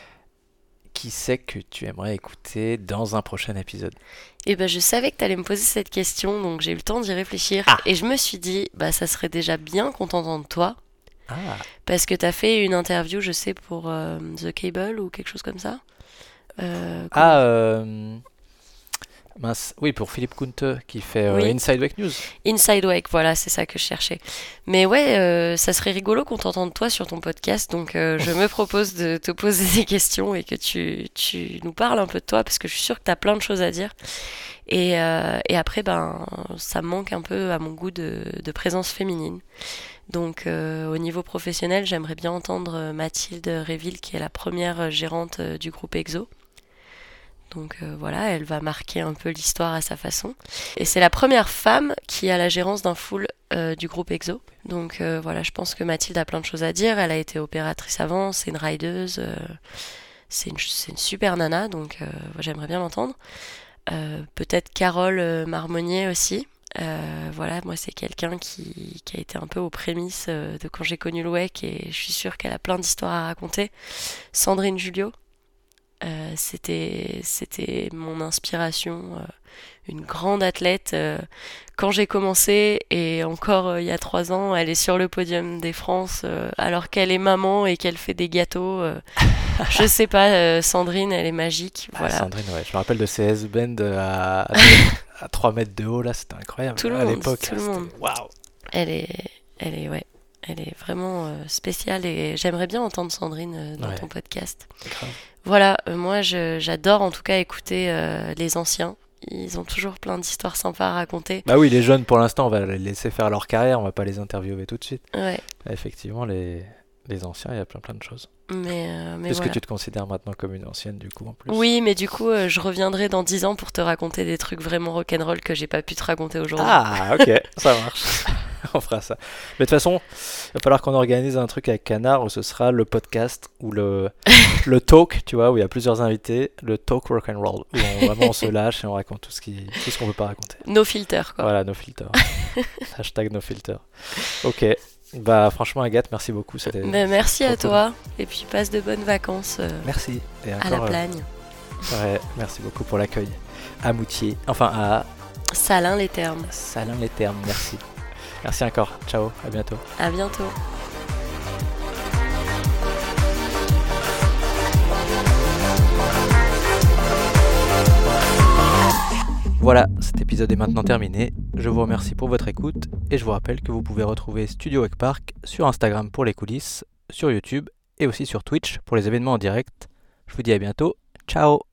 qui c'est que tu aimerais écouter dans un prochain épisode? Et ben je savais que tu allais me poser cette question, donc j'ai eu le temps d'y réfléchir. Ah. Et je me suis dit, bah ça serait déjà bien qu'on t'entende toi, Ah, parce que tu as fait une interview, je sais, pour euh, The Cable ou quelque chose comme ça. Euh, comment- ah euh, mince. Oui, pour Philippe Kunte qui fait euh, Oui. Inside Wake News. Inside Wake, voilà, c'est ça que je cherchais. Mais ouais, euh, ça serait rigolo qu'on t'entende toi sur ton podcast, donc euh, je me propose de te poser des questions et que tu, tu nous parles un peu de toi, parce que je suis sûre que tu as plein de choses à dire. Et, euh, et après, ben, ça me manque un peu à mon goût de, de présence féminine. Donc euh, au niveau professionnel, j'aimerais bien entendre Mathilde Réville, qui est la première gérante du groupe EXO. Donc euh, voilà, elle va marquer un peu l'histoire à sa façon. Et c'est la première femme qui a la gérance d'un full euh, du groupe EXO. Donc euh, voilà, je pense que Mathilde a plein de choses à dire. Elle a été opératrice avant, c'est une rideuse, euh, c'est, une, c'est une super nana, donc euh, j'aimerais bien l'entendre. Euh, peut-être Carole euh, Marmonnier aussi. Euh, voilà, moi c'est quelqu'un qui, qui a été un peu aux prémices euh, de quand j'ai connu le W E C et je suis sûre qu'elle a plein d'histoires à raconter. Sandrine Julliot. Euh, c'était, c'était mon inspiration, euh, une grande athlète. Euh, quand j'ai commencé, et encore euh, il y a trois ans, elle est sur le podium des France, euh, alors qu'elle est maman et qu'elle fait des gâteaux. Euh, je sais pas, euh, Sandrine, elle est magique. Voilà. Ah, Sandrine, ouais. Je me rappelle de ses S-bend à, à, à trois mètres de haut, là, c'était incroyable. Tout le à monde, l'époque, tout le c'était... monde. Waouh. Elle est, elle est, ouais. Elle est vraiment euh, spéciale et j'aimerais bien entendre Sandrine euh, dans Ouais. ton podcast. Grave. Voilà, euh, moi je, j'adore en tout cas écouter euh, les anciens. Ils ont toujours plein d'histoires sympas à raconter. Bah oui, les jeunes, pour l'instant, on va les laisser faire leur carrière, on va pas les interviewer tout de suite. Ouais, Effectivement, les, les anciens, il y a plein plein de choses. mais, euh, mais Est-ce voilà. que tu te considères maintenant comme une ancienne, du coup, en plus? Oui, mais du coup, euh, je reviendrai dans dix ans pour te raconter des trucs vraiment rock'n'roll que j'ai pas pu te raconter aujourd'hui. Ah, ok, ça marche. On fera ça. Mais de toute façon, il va falloir qu'on organise un truc avec Canard où ce sera le podcast ou le, le talk, tu vois, où il y a plusieurs invités, le talk rock'n'roll, où on, vraiment on se lâche et on raconte tout ce, qui, tout ce qu'on peut pas raconter. No filter, quoi. Voilà, no filter. Hashtag no filter. Ok. Bah franchement Agathe, merci beaucoup. C'était Mais merci trop à cool. toi et puis passe de bonnes vacances euh, Merci. Et à la encore, Plagne. euh, ouais, merci beaucoup pour l'accueil. À Moutier, enfin à Salin les Thermes. Salin les Thermes, merci. Merci encore. Ciao, à bientôt. À bientôt. Voilà, cet épisode est maintenant terminé. Je vous remercie pour votre écoute et je vous rappelle que vous pouvez retrouver Studio Wake Park sur Instagram pour les coulisses, sur YouTube et aussi sur Twitch pour les événements en direct. Je vous dis à bientôt. Ciao.